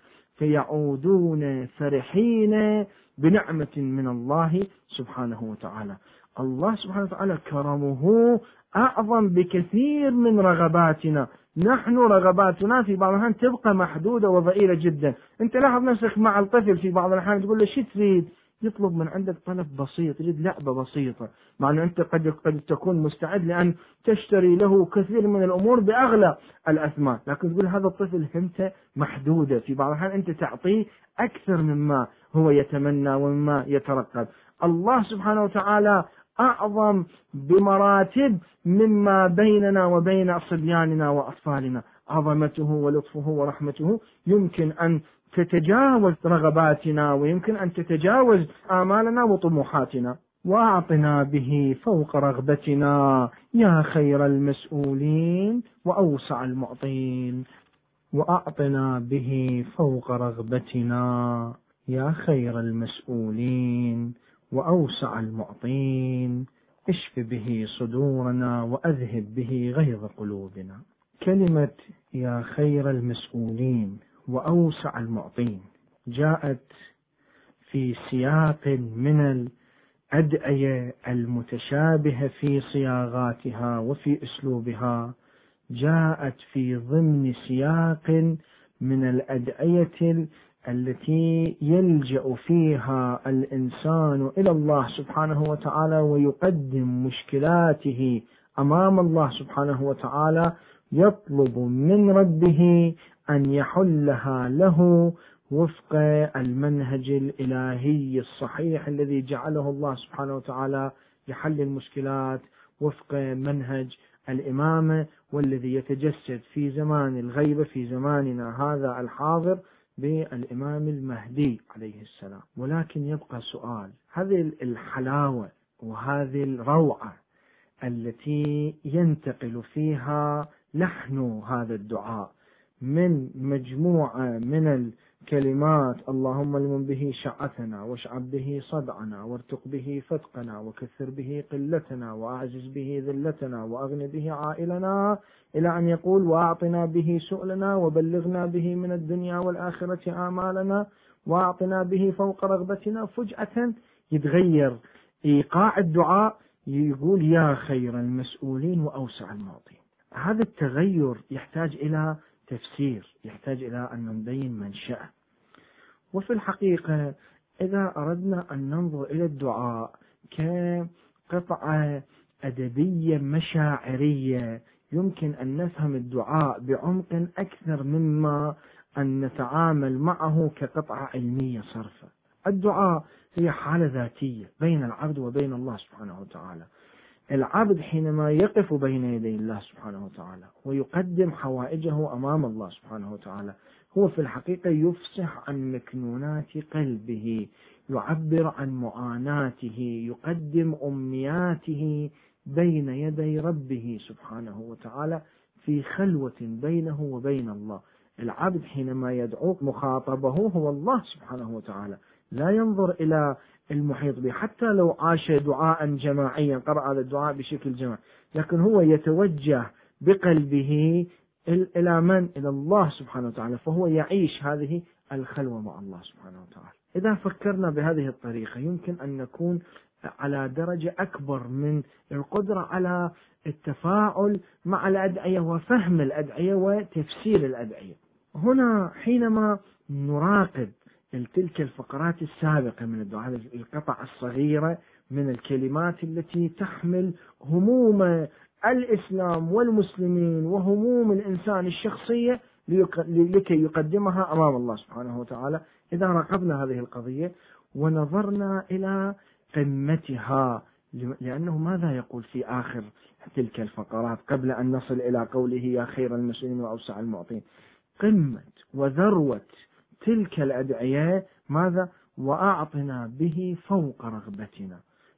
فيعودون فرحين بنعمة من الله سبحانه وتعالى. الله سبحانه وتعالى كرمه أعظم بكثير من رغباتنا. نحن رغباتنا في بعض الأحيان تبقى محدودة وضئيلة جدا. أنت لاحظ نفسك مع الطفل في بعض الأحيان تقول له شو تريد، يطلب من عندك طلب بسيط، يريد لعبة بسيطة، مع أن أنت قد قد تكون مستعد لأن تشتري له كثير من الأمور بأغلى الأثمان، لكن تقول هذا الطفل همته محدودة. في بعض الأحيان أنت تعطيه أكثر مما هو يتمنى ومما يترقب. الله سبحانه وتعالى أعظم بمراتب مما بيننا وبين صبياننا وأطفالنا. عظمته ولطفه ورحمته يمكن أن تتجاوز رغباتنا ويمكن أن تتجاوز آمالنا وطموحاتنا. وأعطنا به فوق رغبتنا يا خير المسؤولين وأوسع المعطين. وأعطنا به فوق رغبتنا يا خير المسؤولين وأوسع المعطين. اشف به صدورنا وأذهب به غيظ قلوبنا. كلمة يا خير المسؤولين وأوسع المعطين جاءت في سياق من الأدعية المتشابهة في صياغاتها وفي أسلوبها، جاءت في ضمن سياق من الأدعية التي يلجأ فيها الإنسان إلى الله سبحانه وتعالى ويقدم مشكلاته أمام الله سبحانه وتعالى، يطلب من ربه أن يحلها له وفق المنهج الإلهي الصحيح الذي جعله الله سبحانه وتعالى لحل المشكلات، وفق منهج الإمامة والذي يتجسد في زمان الغيبة في زماننا هذا الحاضر بالإمام المهدي عليه السلام. ولكن يبقى سؤال، هذه الحلاوة وهذه الروعة التي ينتقل فيها لحن هذا الدعاء من مجموعة من الكلمات اللهم لمن به شعثنا واشعب به صدعنا وارتق به فتقنا وكثر به قلتنا وأعزز به ذلتنا وأغن به عائلنا، إلى أن يقول وأعطنا به سؤلنا وبلغنا به من الدنيا والآخرة آمالنا وأعطنا به فوق رغبتنا. فجأة يتغير إيقاع الدعاء، يقول يا خير المسؤولين وأوسع المعطين. هذا التغير يحتاج إلى تفسير، يحتاج إلى أن نبين منشأه. وفي الحقيقة إذا أردنا أن ننظر إلى الدعاء كقطعة أدبية مشاعرية يمكن أن نفهم الدعاء بعمق أكثر مما أن نتعامل معه كقطعة علمية صرفة. الدعاء هي حالة ذاتية بين العبد وبين الله سبحانه وتعالى. العبد حينما يقف بين يدي الله سبحانه وتعالى ويقدم حوائجه أمام الله سبحانه وتعالى، هو في الحقيقة يفصح عن مكنونات قلبه، يعبر عن معاناته، يقدم أمنياته بين يدي ربه سبحانه وتعالى في خلوة بينه وبين الله. العبد حينما يدعو مخاطبه هو الله سبحانه وتعالى، لا ينظر إلى المحيط به، حتى لو عاش دعاء جماعيا قرأ هذا الدعاء بشكل جماعي، لكن هو يتوجه بقلبه إلى من؟ إلى الله سبحانه وتعالى، فهو يعيش هذه الخلوة مع الله سبحانه وتعالى. إذا فكرنا بهذه الطريقة يمكن أن نكون على درجة أكبر من القدرة على التفاعل مع الأدعية وفهم الأدعية وتفسير الأدعية. هنا حينما نراقب تلك الفقرات السابقة من الدعاء، هذه القطع الصغيرة من الكلمات التي تحمل هموم الإسلام والمسلمين وهموم الإنسان الشخصية لكي يقدمها أمام الله سبحانه وتعالى، إذا راقبنا هذه القضية ونظرنا إلى قمتها، لأنه ماذا يقول في آخر تلك الفقرات قبل أن نصل إلى قوله يا خير المسؤولين وأوسع المعطين؟ قمة وذروة تلك الأدعية ماذا؟ وأعطنا به فوق رغبتنا.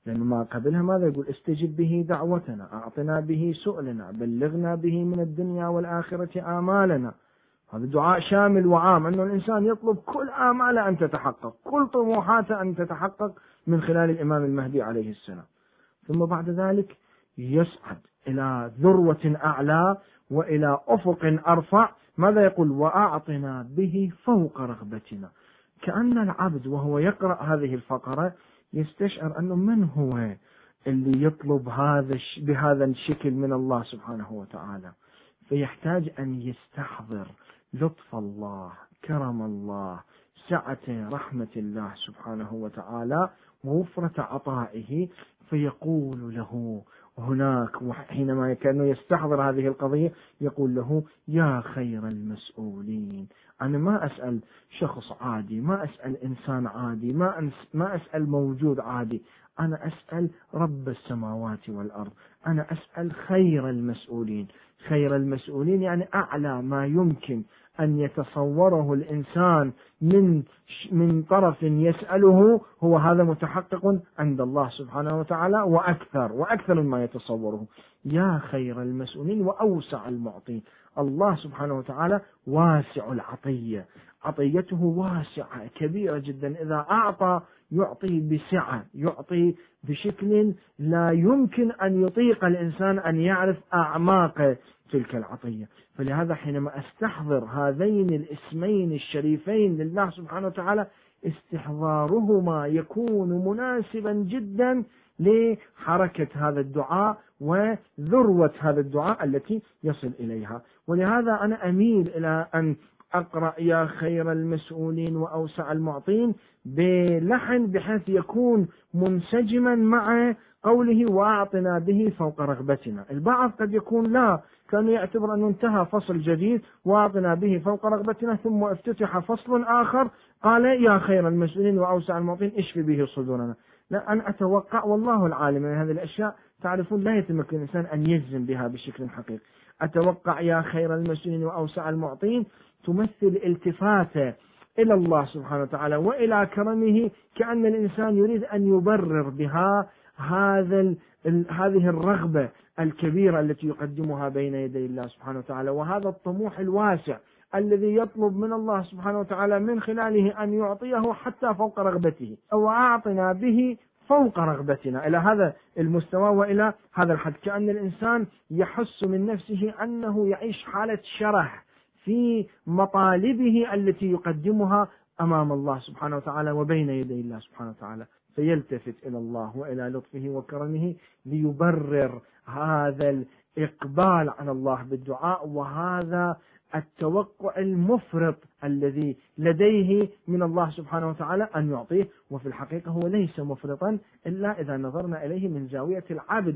لأنه ما قبلها ماذا يقول؟ استجب به دعوتنا، أعطنا به سؤلنا، بلغنا به من الدنيا والآخرة آمالنا. هذا دعاء شامل وعام، أنه الإنسان يطلب كل آماله أن تتحقق، كل طموحاته أن تتحقق من خلال الإمام المهدي عليه السلام. ثم بعد ذلك يسعد إلى ذروة أعلى وإلى أفق أرفع. ماذا يقول؟ وأعطنا به فوق رغبتنا. كأن العبد وهو يقرأ هذه الفقرة يستشعر أنه من هو اللي يطلب هذا بهذا الشكل من الله سبحانه وتعالى، فيحتاج أن يستحضر لطف الله، كرم الله، سعة رحمة الله سبحانه وتعالى، ووفرة عطائه، فيقول له هناك حينما كأنه يستحضر هذه القضية يقول له يا خير المسؤولين. أنا ما أسأل شخص عادي، ما أسأل إنسان عادي، ما ما أسأل موجود عادي، أنا أسأل رب السماوات والأرض، أنا أسأل خير المسؤولين. خير المسؤولين يعني أعلى ما يمكن أن يتصوره الإنسان من من طرف يسأله، هو هذا متحقق عند الله سبحانه وتعالى، وأكثر وأكثر مما يتصوره. يا خير المسؤولين وأوسع المعطين. الله سبحانه وتعالى واسع العطية، عطيته واسعة كبيرة جدا. إذا أعطى يعطي بسعة، يعطي بشكل لا يمكن أن يطيق الإنسان أن يعرف أعماق تلك العطية. فلهذا حينما أستحضر هذين الاسمين الشريفين لله سبحانه وتعالى استحضارهما يكون مناسبا جدا لحركة هذا الدعاء وذروة هذا الدعاء التي يصل إليها. ولهذا أنا أميل إلى أن أقرأ يا خير المسؤولين وأوسع المعطين بلحن بحيث يكون منسجما مع قوله وأعطنا به فوق رغبتنا. البعض قد يكون لا، كان يعتبر أنه انتهى فصل جديد وأعطنا به فوق رغبتنا، ثم افتتح فصل آخر قال يا خير المسؤولين وأوسع المعطين اشف به صدورنا. لا، أنا أتوقع والله العالم من هذه الأشياء تعرفون لا يتمكن الإنسان أن يجزم بها بشكل حقيقي. أتوقع يا خير المسؤولين وأوسع المعطين تمثل التفاتة إلى الله سبحانه وتعالى وإلى كرمه، كأن الإنسان يريد أن يبرر بها هذا هذه الرغبة الكبيرة التي يقدمها بين يدي الله سبحانه وتعالى، وهذا الطموح الواسع الذي يطلب من الله سبحانه وتعالى من خلاله أن يعطيه حتى فوق رغبته، أو أعطنا به فوق رغبتنا، إلى هذا المستوى وإلى هذا الحد. كأن الإنسان يحس من نفسه أنه يعيش حالة شرح في مطالبه التي يقدمها أمام الله سبحانه وتعالى وبين يدي الله سبحانه وتعالى، فيلتفت إلى الله وإلى لطفه وكرمه ليبرر هذا الإقبال على الله بالدعاء وهذا التوقع المفرط الذي لديه من الله سبحانه وتعالى أن يعطيه. وفي الحقيقة هو ليس مفرطا إلا إذا نظرنا إليه من زاوية العبد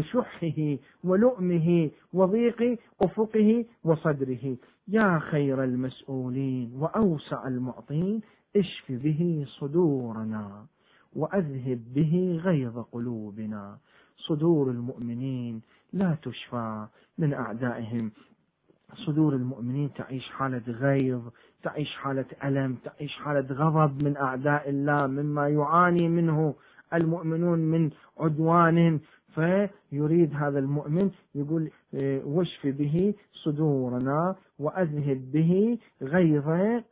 وشحه ولؤمه وضيق أفقه وصدره. يا خير المسؤولين وأوسع المعطين اشف به صدورنا وأذهب به غيظ قلوبنا. صدور المؤمنين لا تشفى من أعدائهم، صدور المؤمنين تعيش حالة غيظ، تعيش حالة ألم، تعيش حالة غضب من أعداء الله مما يعاني منه المؤمنون من عدوان. فيريد هذا المؤمن يقول واشف به صدورنا وأذهب به غيظ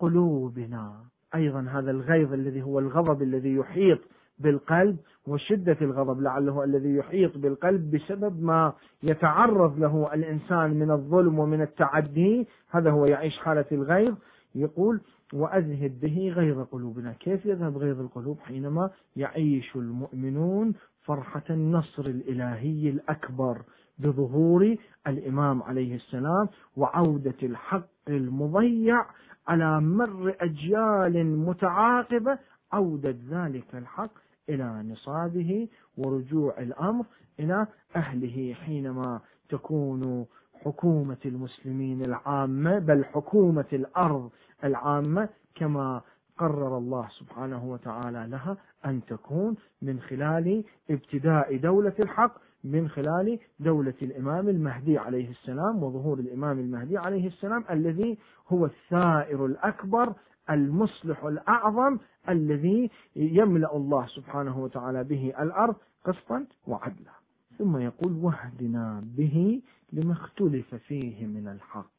قلوبنا. أيضا هذا الغيظ الذي هو الغضب الذي يحيط بالقلب، وشدة الغضب لعله الذي يحيط بالقلب بسبب ما يتعرض له الإنسان من الظلم ومن التعدي، هذا هو يعيش حالة الغيظ. يقول وأذهب به غيظ قلوبنا. كيف يذهب غيظ القلوب؟ حينما يعيش المؤمنون فرحة النصر الإلهي الأكبر بظهور الإمام عليه السلام وعودة الحق المضيع على مر أجيال متعاقبة، عودة ذلك الحق إلى نصابه ورجوع الأمر إلى أهله، حينما تكون حكومة المسلمين العامة بل حكومة الأرض العامة كما قرر الله سبحانه وتعالى لها أن تكون من خلال ابتداء دولة الحق، من خلال دولة الإمام المهدي عليه السلام وظهور الإمام المهدي عليه السلام الذي هو الثائر الأكبر المصلح الأعظم الذي يملأ الله سبحانه وتعالى به الأرض قسطا وعدلا. ثم يقول واهدنا به لما اختلف فيه من الحق.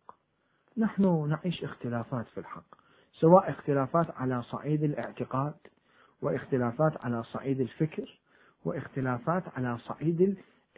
نحن نعيش اختلافات في الحق، سواء اختلافات على صعيد الاعتقاد، واختلافات على صعيد الفكر، واختلافات على صعيد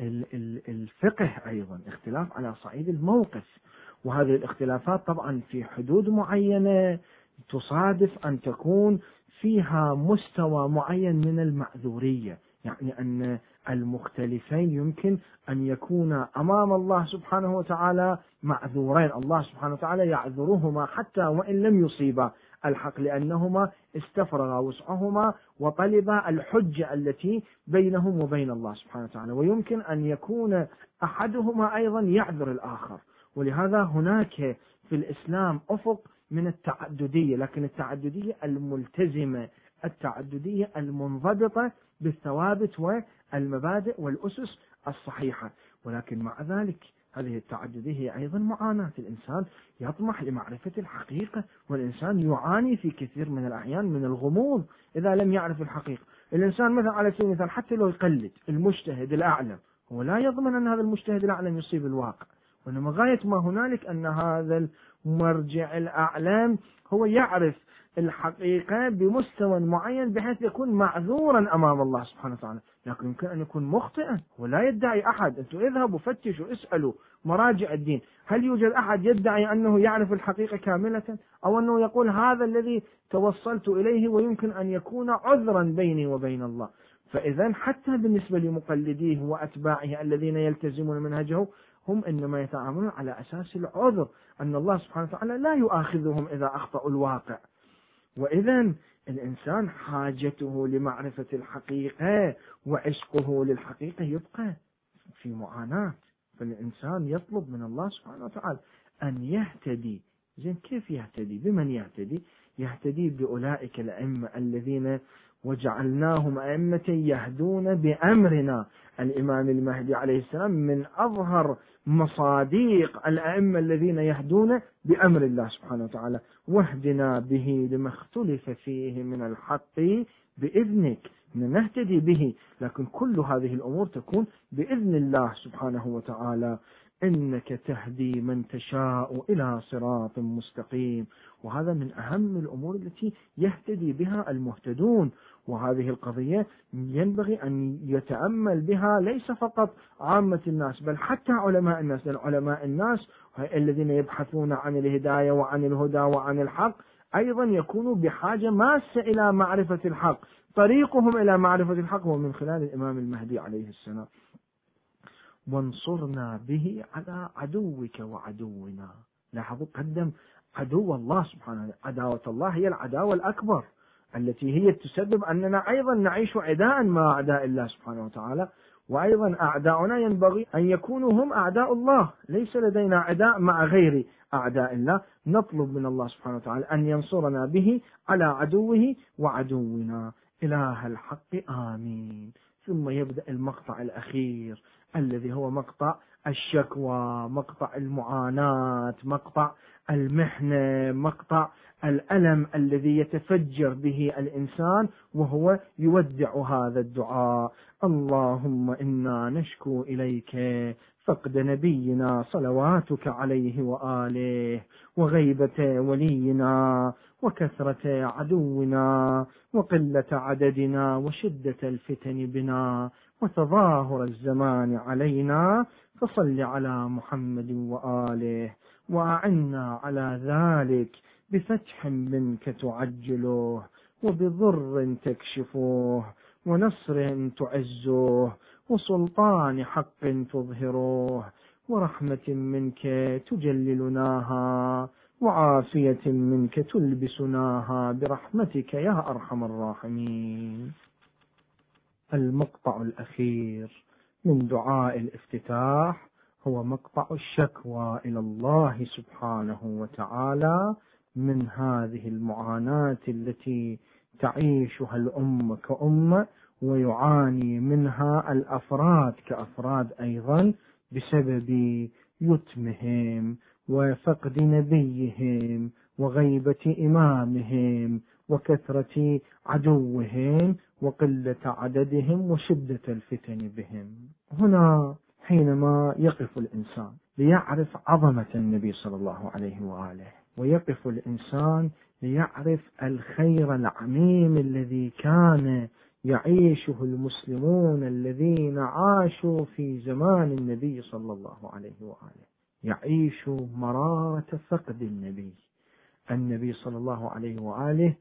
الفقه، أيضا اختلاف على صعيد الموقف. وهذه الاختلافات طبعا في حدود معينة تصادف أن تكون فيها مستوى معين من المعذورية، يعني أن المختلفين يمكن أن يكون أمام الله سبحانه وتعالى معذورين، الله سبحانه وتعالى يعذرهما حتى وإن لم يصيبا الحق، لأنهما استفرغا وسعهما وطلبا الحجة التي بينهم وبين الله سبحانه وتعالى. ويمكن أن يكون أحدهما أيضا يعذر الآخر. ولهذا هناك في الإسلام أفق من التعددية، لكن التعددية الملتزمة، التعددية المنضبطة بالثوابت والمبادئ والأسس الصحيحة. ولكن مع ذلك هذه التعددية هي أيضا معاناة. الإنسان يطمح لمعرفة الحقيقة، والإنسان يعاني في كثير من الأحيان من الغموض إذا لم يعرف الحقيقة. الإنسان مثلا على سبيل المثال حتى لو يقلد المجتهد الأعلم، هو لا يضمن أن هذا المجتهد الأعلم يصيب الواقع، وإنما غاية ما هنالك أن هذا المرجع الأعلم هو يعرف الحقيقة بمستوى معين بحيث يكون معذورا أمام الله سبحانه وتعالى. لكن يمكن أن يكون مخطئا، ولا يدعي أحد. أنتم اذهبوا فتشوا اسألوا مراجع الدين، هل يوجد أحد يدعي أنه يعرف الحقيقة كاملة، أو أنه يقول هذا الذي توصلت إليه ويمكن أن يكون عذرا بيني وبين الله. فإذا حتى بالنسبة لمقلديه وأتباعه الذين يلتزمون منهجه، هم إنما يتعاملون على أساس العذر، أن الله سبحانه وتعالى لا يؤاخذهم إذا أخطأوا الواقع. وإذا الإنسان حاجته لمعرفة الحقيقة وعشقه للحقيقة يبقى في معاناة. فالإنسان يطلب من الله سبحانه وتعالى أن يهتدي. زين كيف يهتدي؟ بمن يهتدي؟ يهتدي بأولئك الأئمة الذين وجعلناهم أئمة يهدون بأمرنا. الإمام المهدي عليه السلام من أظهر مصاديق الأئمة الذين يهدون بأمر الله سبحانه وتعالى. واهدنا به لما اختلف فيه من الحق بإذنك، نهتدي به، لكن كل هذه الأمور تكون بإذن الله سبحانه وتعالى. إنك تهدي من تشاء إلى صراط مستقيم. وهذا من أهم الأمور التي يهتدي بها المهتدون. وهذه القضية ينبغي أن يتأمل بها ليس فقط عامة الناس، بل حتى علماء الناس. لأن علماء الناس الذين يبحثون عن الهداية وعن الهدى وعن الحق أيضا يكونوا بحاجة ماسة إلى معرفة الحق. طريقهم إلى معرفة الحق هو من خلال الإمام المهدي عليه السلام. وانصرنا به على عدوك وعدونا. لاحظوا قدم عدو الله سبحانه وتعالى. عداوة الله هي العداوة الأكبر التي هي تسبب أننا أيضا نعيش عداء مع أعداء الله سبحانه وتعالى. وأيضا أعداؤنا ينبغي أن يكونوا هم أعداء الله، ليس لدينا عداء مع غير أعداء الله. نطلب من الله سبحانه وتعالى أن ينصرنا به على عدوه وعدونا. إله الحق آمين. ثم يبدأ المقطع الأخير الذي هو مقطع الشكوى، مقطع المعاناة، مقطع المحنة، مقطع الألم الذي يتفجر به الإنسان وهو يودع هذا الدعاء. اللهم إنا نشكو إليك فقد نبينا صلواتك عليه وآله، وغيبة ولينا، وكثرة عدونا، وقلة عددنا، وشدة الفتن بنا، وتظاهر الزمان علينا. فصل على محمد وآله، وأعنا على ذلك بفتح منك تعجله، وبضر تكشفه، ونصر تعزه، وسلطان حق تظهره، ورحمة منك تجللناها، وعافية منك تلبسناها برحمتك يا أرحم الراحمين. المقطع الأخير من دعاء الافتتاح هو مقطع الشكوى إلى الله سبحانه وتعالى من هذه المعاناة التي تعيشها الأمة كأمة، ويعاني منها الأفراد كأفراد أيضا بسبب يتمهم وفقد نبيهم وغيبة إمامهم وكثرة عدوهم وقلة عددهم وشدة الفتن بهم. هنا حينما يقف الإنسان ليعرف عظمة النبي صلى الله عليه وآله، ويقف الإنسان ليعرف الخير العميم الذي كان يعيشه المسلمون الذين عاشوا في زمان النبي صلى الله عليه وآله، يعيش مرارة فقد النبي. النبي صلى الله عليه وآله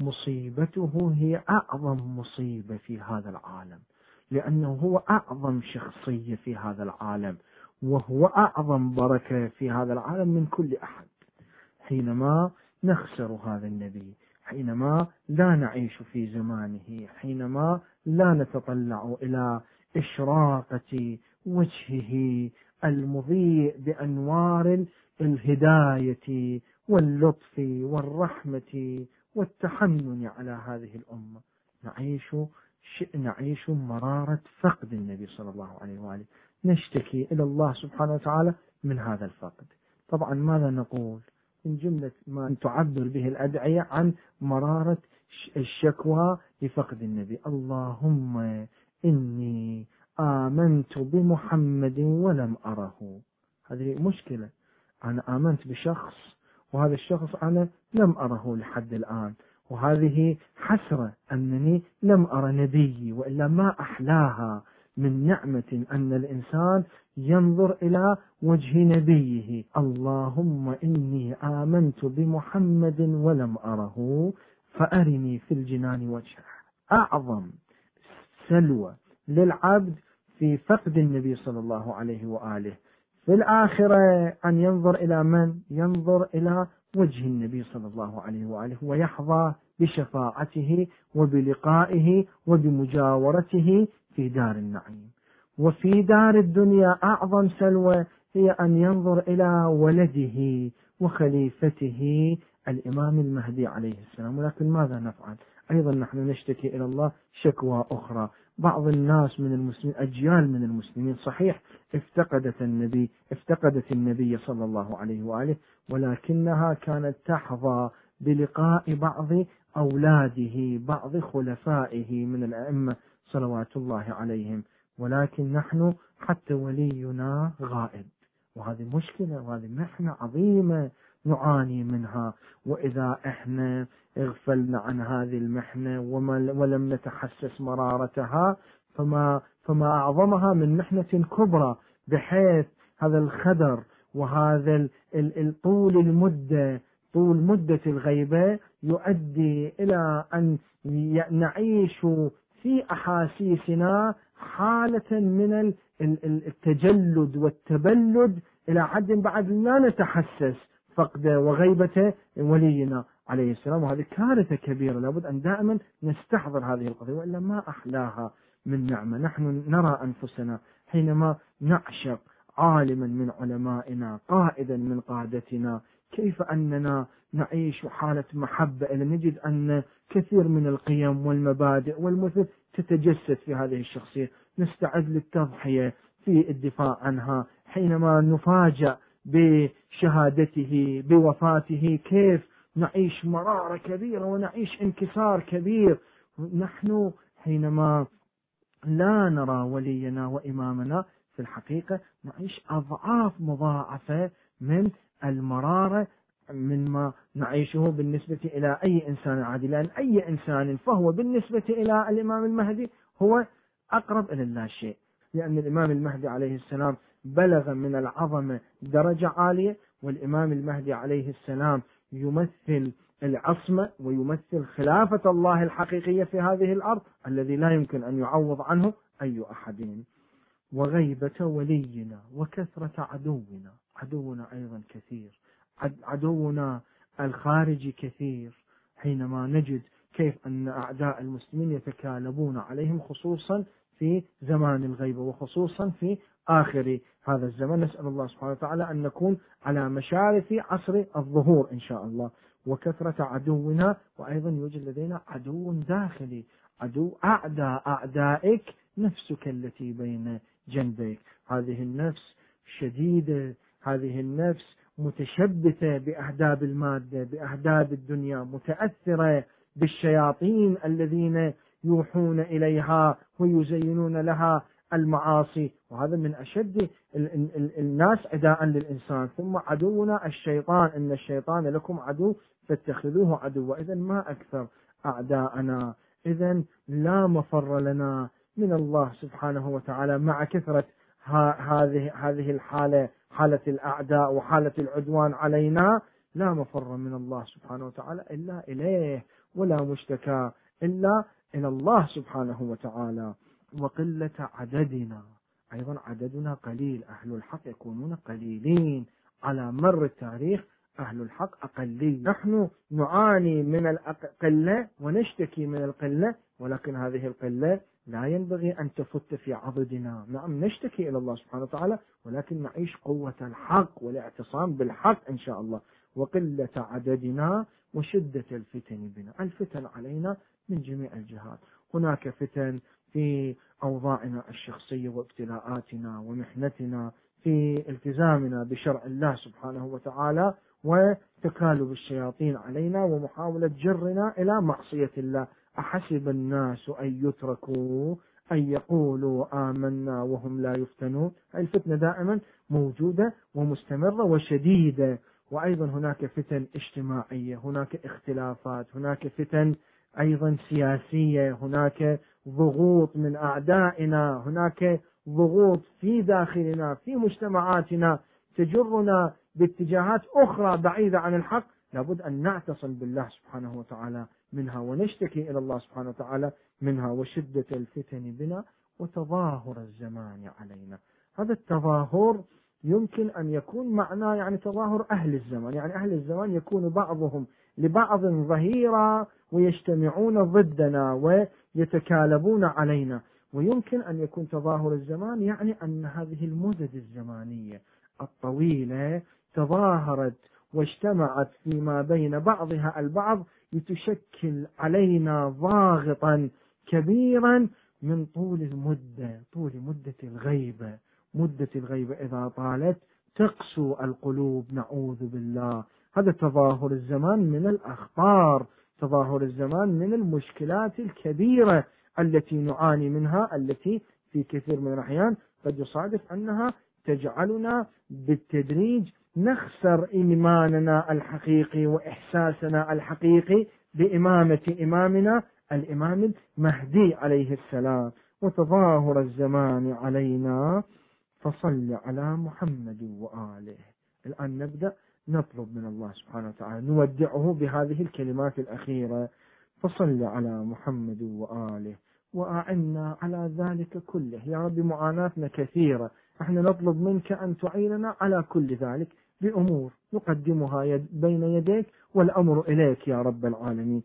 مصيبته هي أعظم مصيبة في هذا العالم، لأنه هو أعظم شخصية في هذا العالم، وهو أعظم بركة في هذا العالم من كل أحد. حينما نخسر هذا النبي، حينما لا نعيش في زمانه، حينما لا نتطلع إلى إشراقة وجهه المضيء بأنوار الهداية واللطف والرحمة والتحنن على هذه الأمة، نعيش نعيش مرارة فقد النبي صلى الله عليه وآله، نشتكي إلى الله سبحانه وتعالى من هذا الفقد. طبعا ماذا نقول؟ من جملة ما تعبر به الأدعية عن مرارة الشكوى لفقد النبي: اللهم إني آمنت بمحمد ولم أره. هذه مشكلة، أنا آمنت بشخص وهذا الشخص أنا لم أره لحد الآن، وهذه حسرة أنني لم أرى نبيي، وإلا ما أحلاها من نعمة أن الإنسان ينظر إلى وجه نبيه. اللهم إني آمنت بمحمد ولم أره فأرني في الجنان وجهه. أعظم سلوى للعبد في فقد النبي صلى الله عليه وآله في الآخرة أن ينظر إلى من؟ ينظر إلى وجه النبي صلى الله عليه وآله، ويحظى بشفاعته وبلقائه وبمجاورته في دار النعيم. وفي دار الدنيا أعظم سلوى هي أن ينظر إلى ولده وخليفته الإمام المهدي عليه السلام. ولكن ماذا نفعل؟ أيضا نحن نشتكي إلى الله شكوى أخرى. بعض الناس من المسلمين، أجيال من المسلمين صحيح افتقدت النبي افتقدت النبي صلى الله عليه وآله، ولكنها كانت تحظى بلقاء بعض أولاده، بعض خلفائه من الأئمة صلوات الله عليهم. ولكن نحن حتى ولينا غائب، وهذه مشكلة وهذه محنة عظيمة نعاني منها. وإذا إحنا اغفلنا عن هذه المحنة ولم نتحسس مرارتها فما, فما أعظمها من محنة كبرى، بحيث هذا الخدر وهذا الطول المدة طول مدة الغيبة يؤدي إلى أن نعيش في أحاسيسنا حالة من التجلد والتبلد إلى حد بعد لا نتحسس فقد وغيبة ولينا عليه السلام. وهذه كارثة كبيرة، لابد أن دائما نستحضر هذه القضية، وإلا ما أحلاها من نعمة. نحن نرى أنفسنا حينما نعشق عالما من علمائنا، قائدا من قادتنا، كيف أننا نعيش حالة محبة، إلى نجد أن كثير من القيم والمبادئ والمثل تتجسد في هذه الشخصية، نستعد للتضحية في الدفاع عنها. حينما نفاجأ بشهادته بوفاته كيف نعيش مرارة كبيرة ونعيش انكسار كبير. نحن حينما لا نرى ولينا وإمامنا في الحقيقة نعيش أضعاف مضاعفة من المرارة مما نعيشه بالنسبة إلى أي إنسان عادي، لأن أي إنسان فهو بالنسبة إلى الإمام المهدي هو أقرب إلى لا شيء، لأن الإمام المهدي عليه السلام بلغ من العظمة درجة عالية، والإمام المهدي عليه السلام يمثل العصمة ويمثل خلافة الله الحقيقية في هذه الأرض الذي لا يمكن أن يعوض عنه أي أحد. وغيبة ولينا وكثرة عدونا، عدونا أيضا كثير، عدونا الخارجي كثير. حينما نجد كيف أن أعداء المسلمين يتكالبون عليهم خصوصا في زمان الغيبة وخصوصا في آخر هذا الزمن، نسأل الله سبحانه وتعالى أن نكون على مشارف عصر الظهور إن شاء الله. وكثرة عدونا، وأيضا يوجد لدينا عدو داخلي، عدو أعداء أعدائك نفسك التي بين جنبيك. هذه النفس شديدة، هذه النفس متشبثة بأهداب المادة بأهداب الدنيا، متأثرة بالشياطين الذين يوحون إليها ويزينون لها المعاصي، وهذا من أشد ال ال ال الناس عداء للإنسان. ثم عدونا الشيطان، إن الشيطان لكم عدو فاتخذوه عدوا. إذن ما أكثر أعداءنا. إذن لا مفر لنا من الله سبحانه وتعالى مع كثرة هذه هذه الحالة، حالة الأعداء وحالة العدوان علينا. لا مفر من الله سبحانه وتعالى إلا إليه، ولا مشتكى إلا إلى الله سبحانه وتعالى. وقلة عددنا، أيضا عددنا قليل. أهل الحق يكونون قليلين على مر التاريخ، أهل الحق أقلي. نحن نعاني من القلة ونشتكي من القلة، ولكن هذه القلة لا ينبغي أن تفت في عضدنا. نعم نشتكي إلى الله سبحانه وتعالى، ولكن نعيش قوة الحق والاعتصام بالحق إن شاء الله. وقلة عددنا وشدة الفتن بنا، الفتن علينا من جميع الجهات. هناك فتن في أوضاعنا الشخصية وابتلاءاتنا ومحنتنا، في التزامنا بشرع الله سبحانه وتعالى، وتكالب الشياطين علينا ومحاولة جرنا إلى معصية الله. أحسب الناس أن يتركوا أن يقولوا آمنا وهم لا يفتنون. الفتنة دائما موجودة ومستمرة وشديدة. وأيضا هناك فتن اجتماعية، هناك اختلافات، هناك فتن أيضا سياسية، هناك ضغوط من أعدائنا، هناك ضغوط في داخلنا في مجتمعاتنا تجرنا باتجاهات أخرى بعيدة عن الحق. لابد أن نعتصم بالله سبحانه وتعالى منها ونشتكي إلى الله سبحانه وتعالى منها. وشدة الفتن بنا وتظاهر الزمان علينا. هذا التظاهر يمكن أن يكون معناه يعني تظاهر أهل الزمان، يعني أهل الزمان يكون بعضهم لبعض ظهيرا ويجتمعون ضدنا ويتكالبون علينا. ويمكن أن يكون تظاهر الزمان يعني أن هذه المدد الزمانية الطويلة تظاهرت واجتمعت فيما بين بعضها البعض لتشكل علينا ضاغطا كبيرا من طول المدة، طول مدة الغيبة. مدة الغيبة إذا طالت تقسو القلوب، نعوذ بالله. هذا تظاهر الزمان من الأخطار، تظاهر الزمان من المشكلات الكبيرة التي نعاني منها، التي في كثير من الأحيان قد يصادف أنها تجعلنا بالتدريج نخسر إيماننا الحقيقي وإحساسنا الحقيقي بإمامة إمامنا الإمام المهدي عليه السلام. وتظاهر الزمان علينا فصل على محمد وآله. الآن نبدأ نطلب من الله سبحانه وتعالى، نودعه بهذه الكلمات الأخيرة: فصل على محمد وآله وأعنا على ذلك كله. يا رب معاناتنا كثيرة، احنا نطلب منك أن تعيننا على كل ذلك بأمور نقدمها يد بين يديك والأمر إليك يا رب العالمين.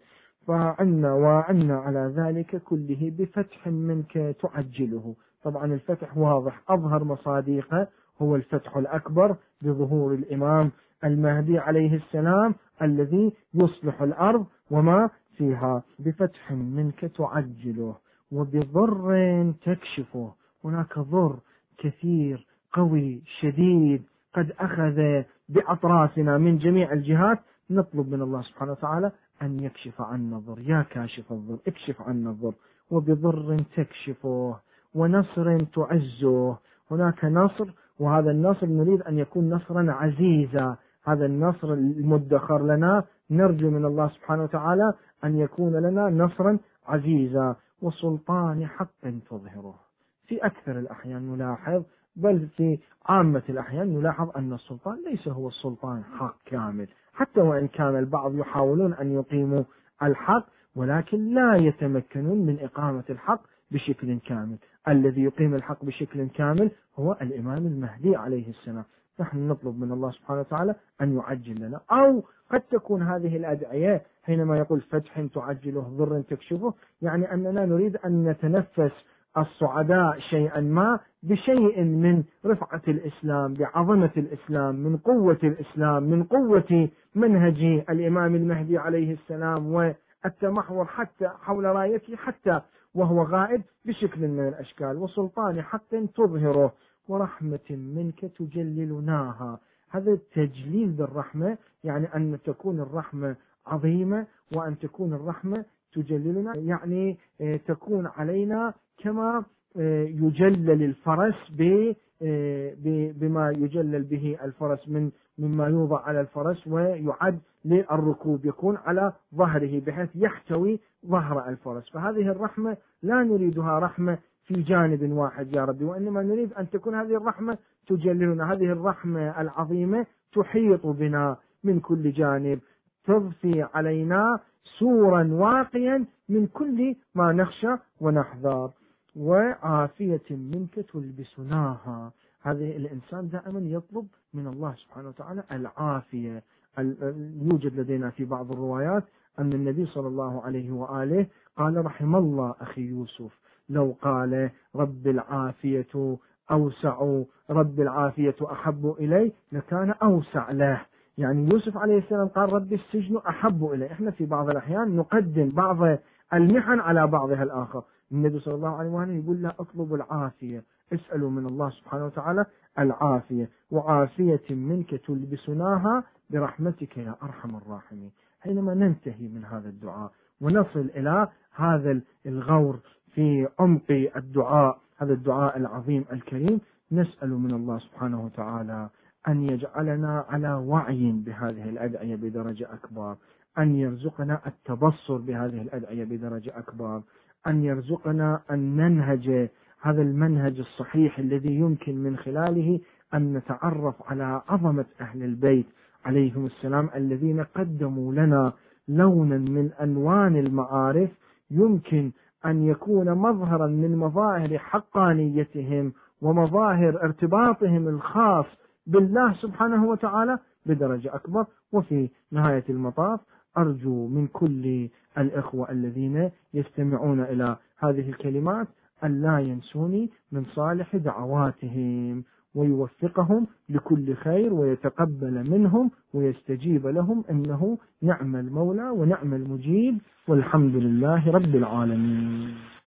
فعنا وعنا على ذلك كله بفتح منك تعجله. طبعا الفتح واضح، أظهر مصادقه هو الفتح الأكبر بظهور الإمام المهدي عليه السلام الذي يصلح الأرض وما فيها. بفتح منك تعجله وبضر تكشفه. هناك ضر كثير قوي شديد قد أخذ بأطرافنا من جميع الجهات. نطلب من الله سبحانه وتعالى أن يكشف عنا الضر. يا كاشف الضر اكشف عنا الضر. وبضر تكشفه ونصر تعزه. هناك نصر، وهذا النصر نريد أن يكون نصرا عزيزا. هذا النصر المدخر لنا نرجو من الله سبحانه وتعالى أن يكون لنا نصرا عزيزا. وسلطان حق تظهره. في أكثر الأحيان نلاحظ، بل في عامة الأحيان نلاحظ أن السلطان ليس هو السلطان حق كامل، حتى وإن كان البعض يحاولون أن يقيموا الحق ولكن لا يتمكنون من إقامة الحق بشكل كامل. الذي يقيم الحق بشكل كامل هو الإمام المهدي عليه السلام. نحن نطلب من الله سبحانه وتعالى أن يعجل لنا. أو قد تكون هذه الأدعية حينما يقول فتح تعجله ضر تكشفه، يعني أننا نريد أن نتنفس الصعداء شيئا ما بشيء من رفعة الإسلام، بعظمة الإسلام، من قوة الإسلام، من قوة منهج الإمام المهدي عليه السلام، والتمحور حتى حول رايته حتى وهو غائب بشكل من الأشكال. وسلطان حق تظهره ورحمة منك تجللناها. هذا التجليل بالرحمة يعني أن تكون الرحمة عظيمة وأن تكون الرحمة تجللنا، يعني تكون علينا كما يجلل الفرس بما يجلل به الفرس من مما يوضع على الفرس ويعد للركوب، يكون على ظهره بحيث يحتوي ظهر الفرس. فهذه الرحمة لا نريدها رحمة في جانب واحد يا ربي، وإنما نريد أن تكون هذه الرحمة تجللنا، هذه الرحمة العظيمة تحيط بنا من كل جانب، تضفي علينا سورا واقيا من كل ما نخشى ونحذر، وعافية منك تلبسناها. هذه الإنسان دائما يطلب من الله سبحانه وتعالى العافية. يوجد لدينا في بعض الروايات أن النبي صلى الله عليه وآله قال: رحم الله أخي يوسف لو قال رب العافية أوسع، رب العافية أحب إلي لكان أوسع له. يعني يوسف عليه السلام قال رب السجن أحب إلي. إحنا في بعض الأحيان نقدم بعض المحن على بعضها الآخر. النبي صلى الله عليه وآله يقول لا أطلب العافية، اسألوا من الله سبحانه وتعالى العافية، وعافية منك تلبسناها برحمتك يا أرحم الراحمين. حينما ننتهي من هذا الدعاء ونصل إلى هذا الغور في عمق الدعاء، هذا الدعاء العظيم الكريم، نسأل من الله سبحانه وتعالى أن يجعلنا على وعي بهذه الأدعية بدرجة أكبر، أن يرزقنا التبصر بهذه الأدعية بدرجة أكبر، أن يرزقنا أن ننهج هذا المنهج الصحيح الذي يمكن من خلاله أن نتعرف على عظمة أهل البيت عليهم السلام، الذين قدموا لنا لونا من ألوان المعارف يمكن أن يكون مظهرا من مظاهر حقانيتهم ومظاهر ارتباطهم الخاص بالله سبحانه وتعالى بدرجة أكبر. وفي نهاية المطاف أرجو من كل الإخوة الذين يستمعون إلى هذه الكلمات أن لا ينسوني من صالح دعواتهم، ويوفقهم لكل خير ويتقبل منهم ويستجيب لهم، إنه نعم المولى ونعم المجيب، والحمد لله رب العالمين.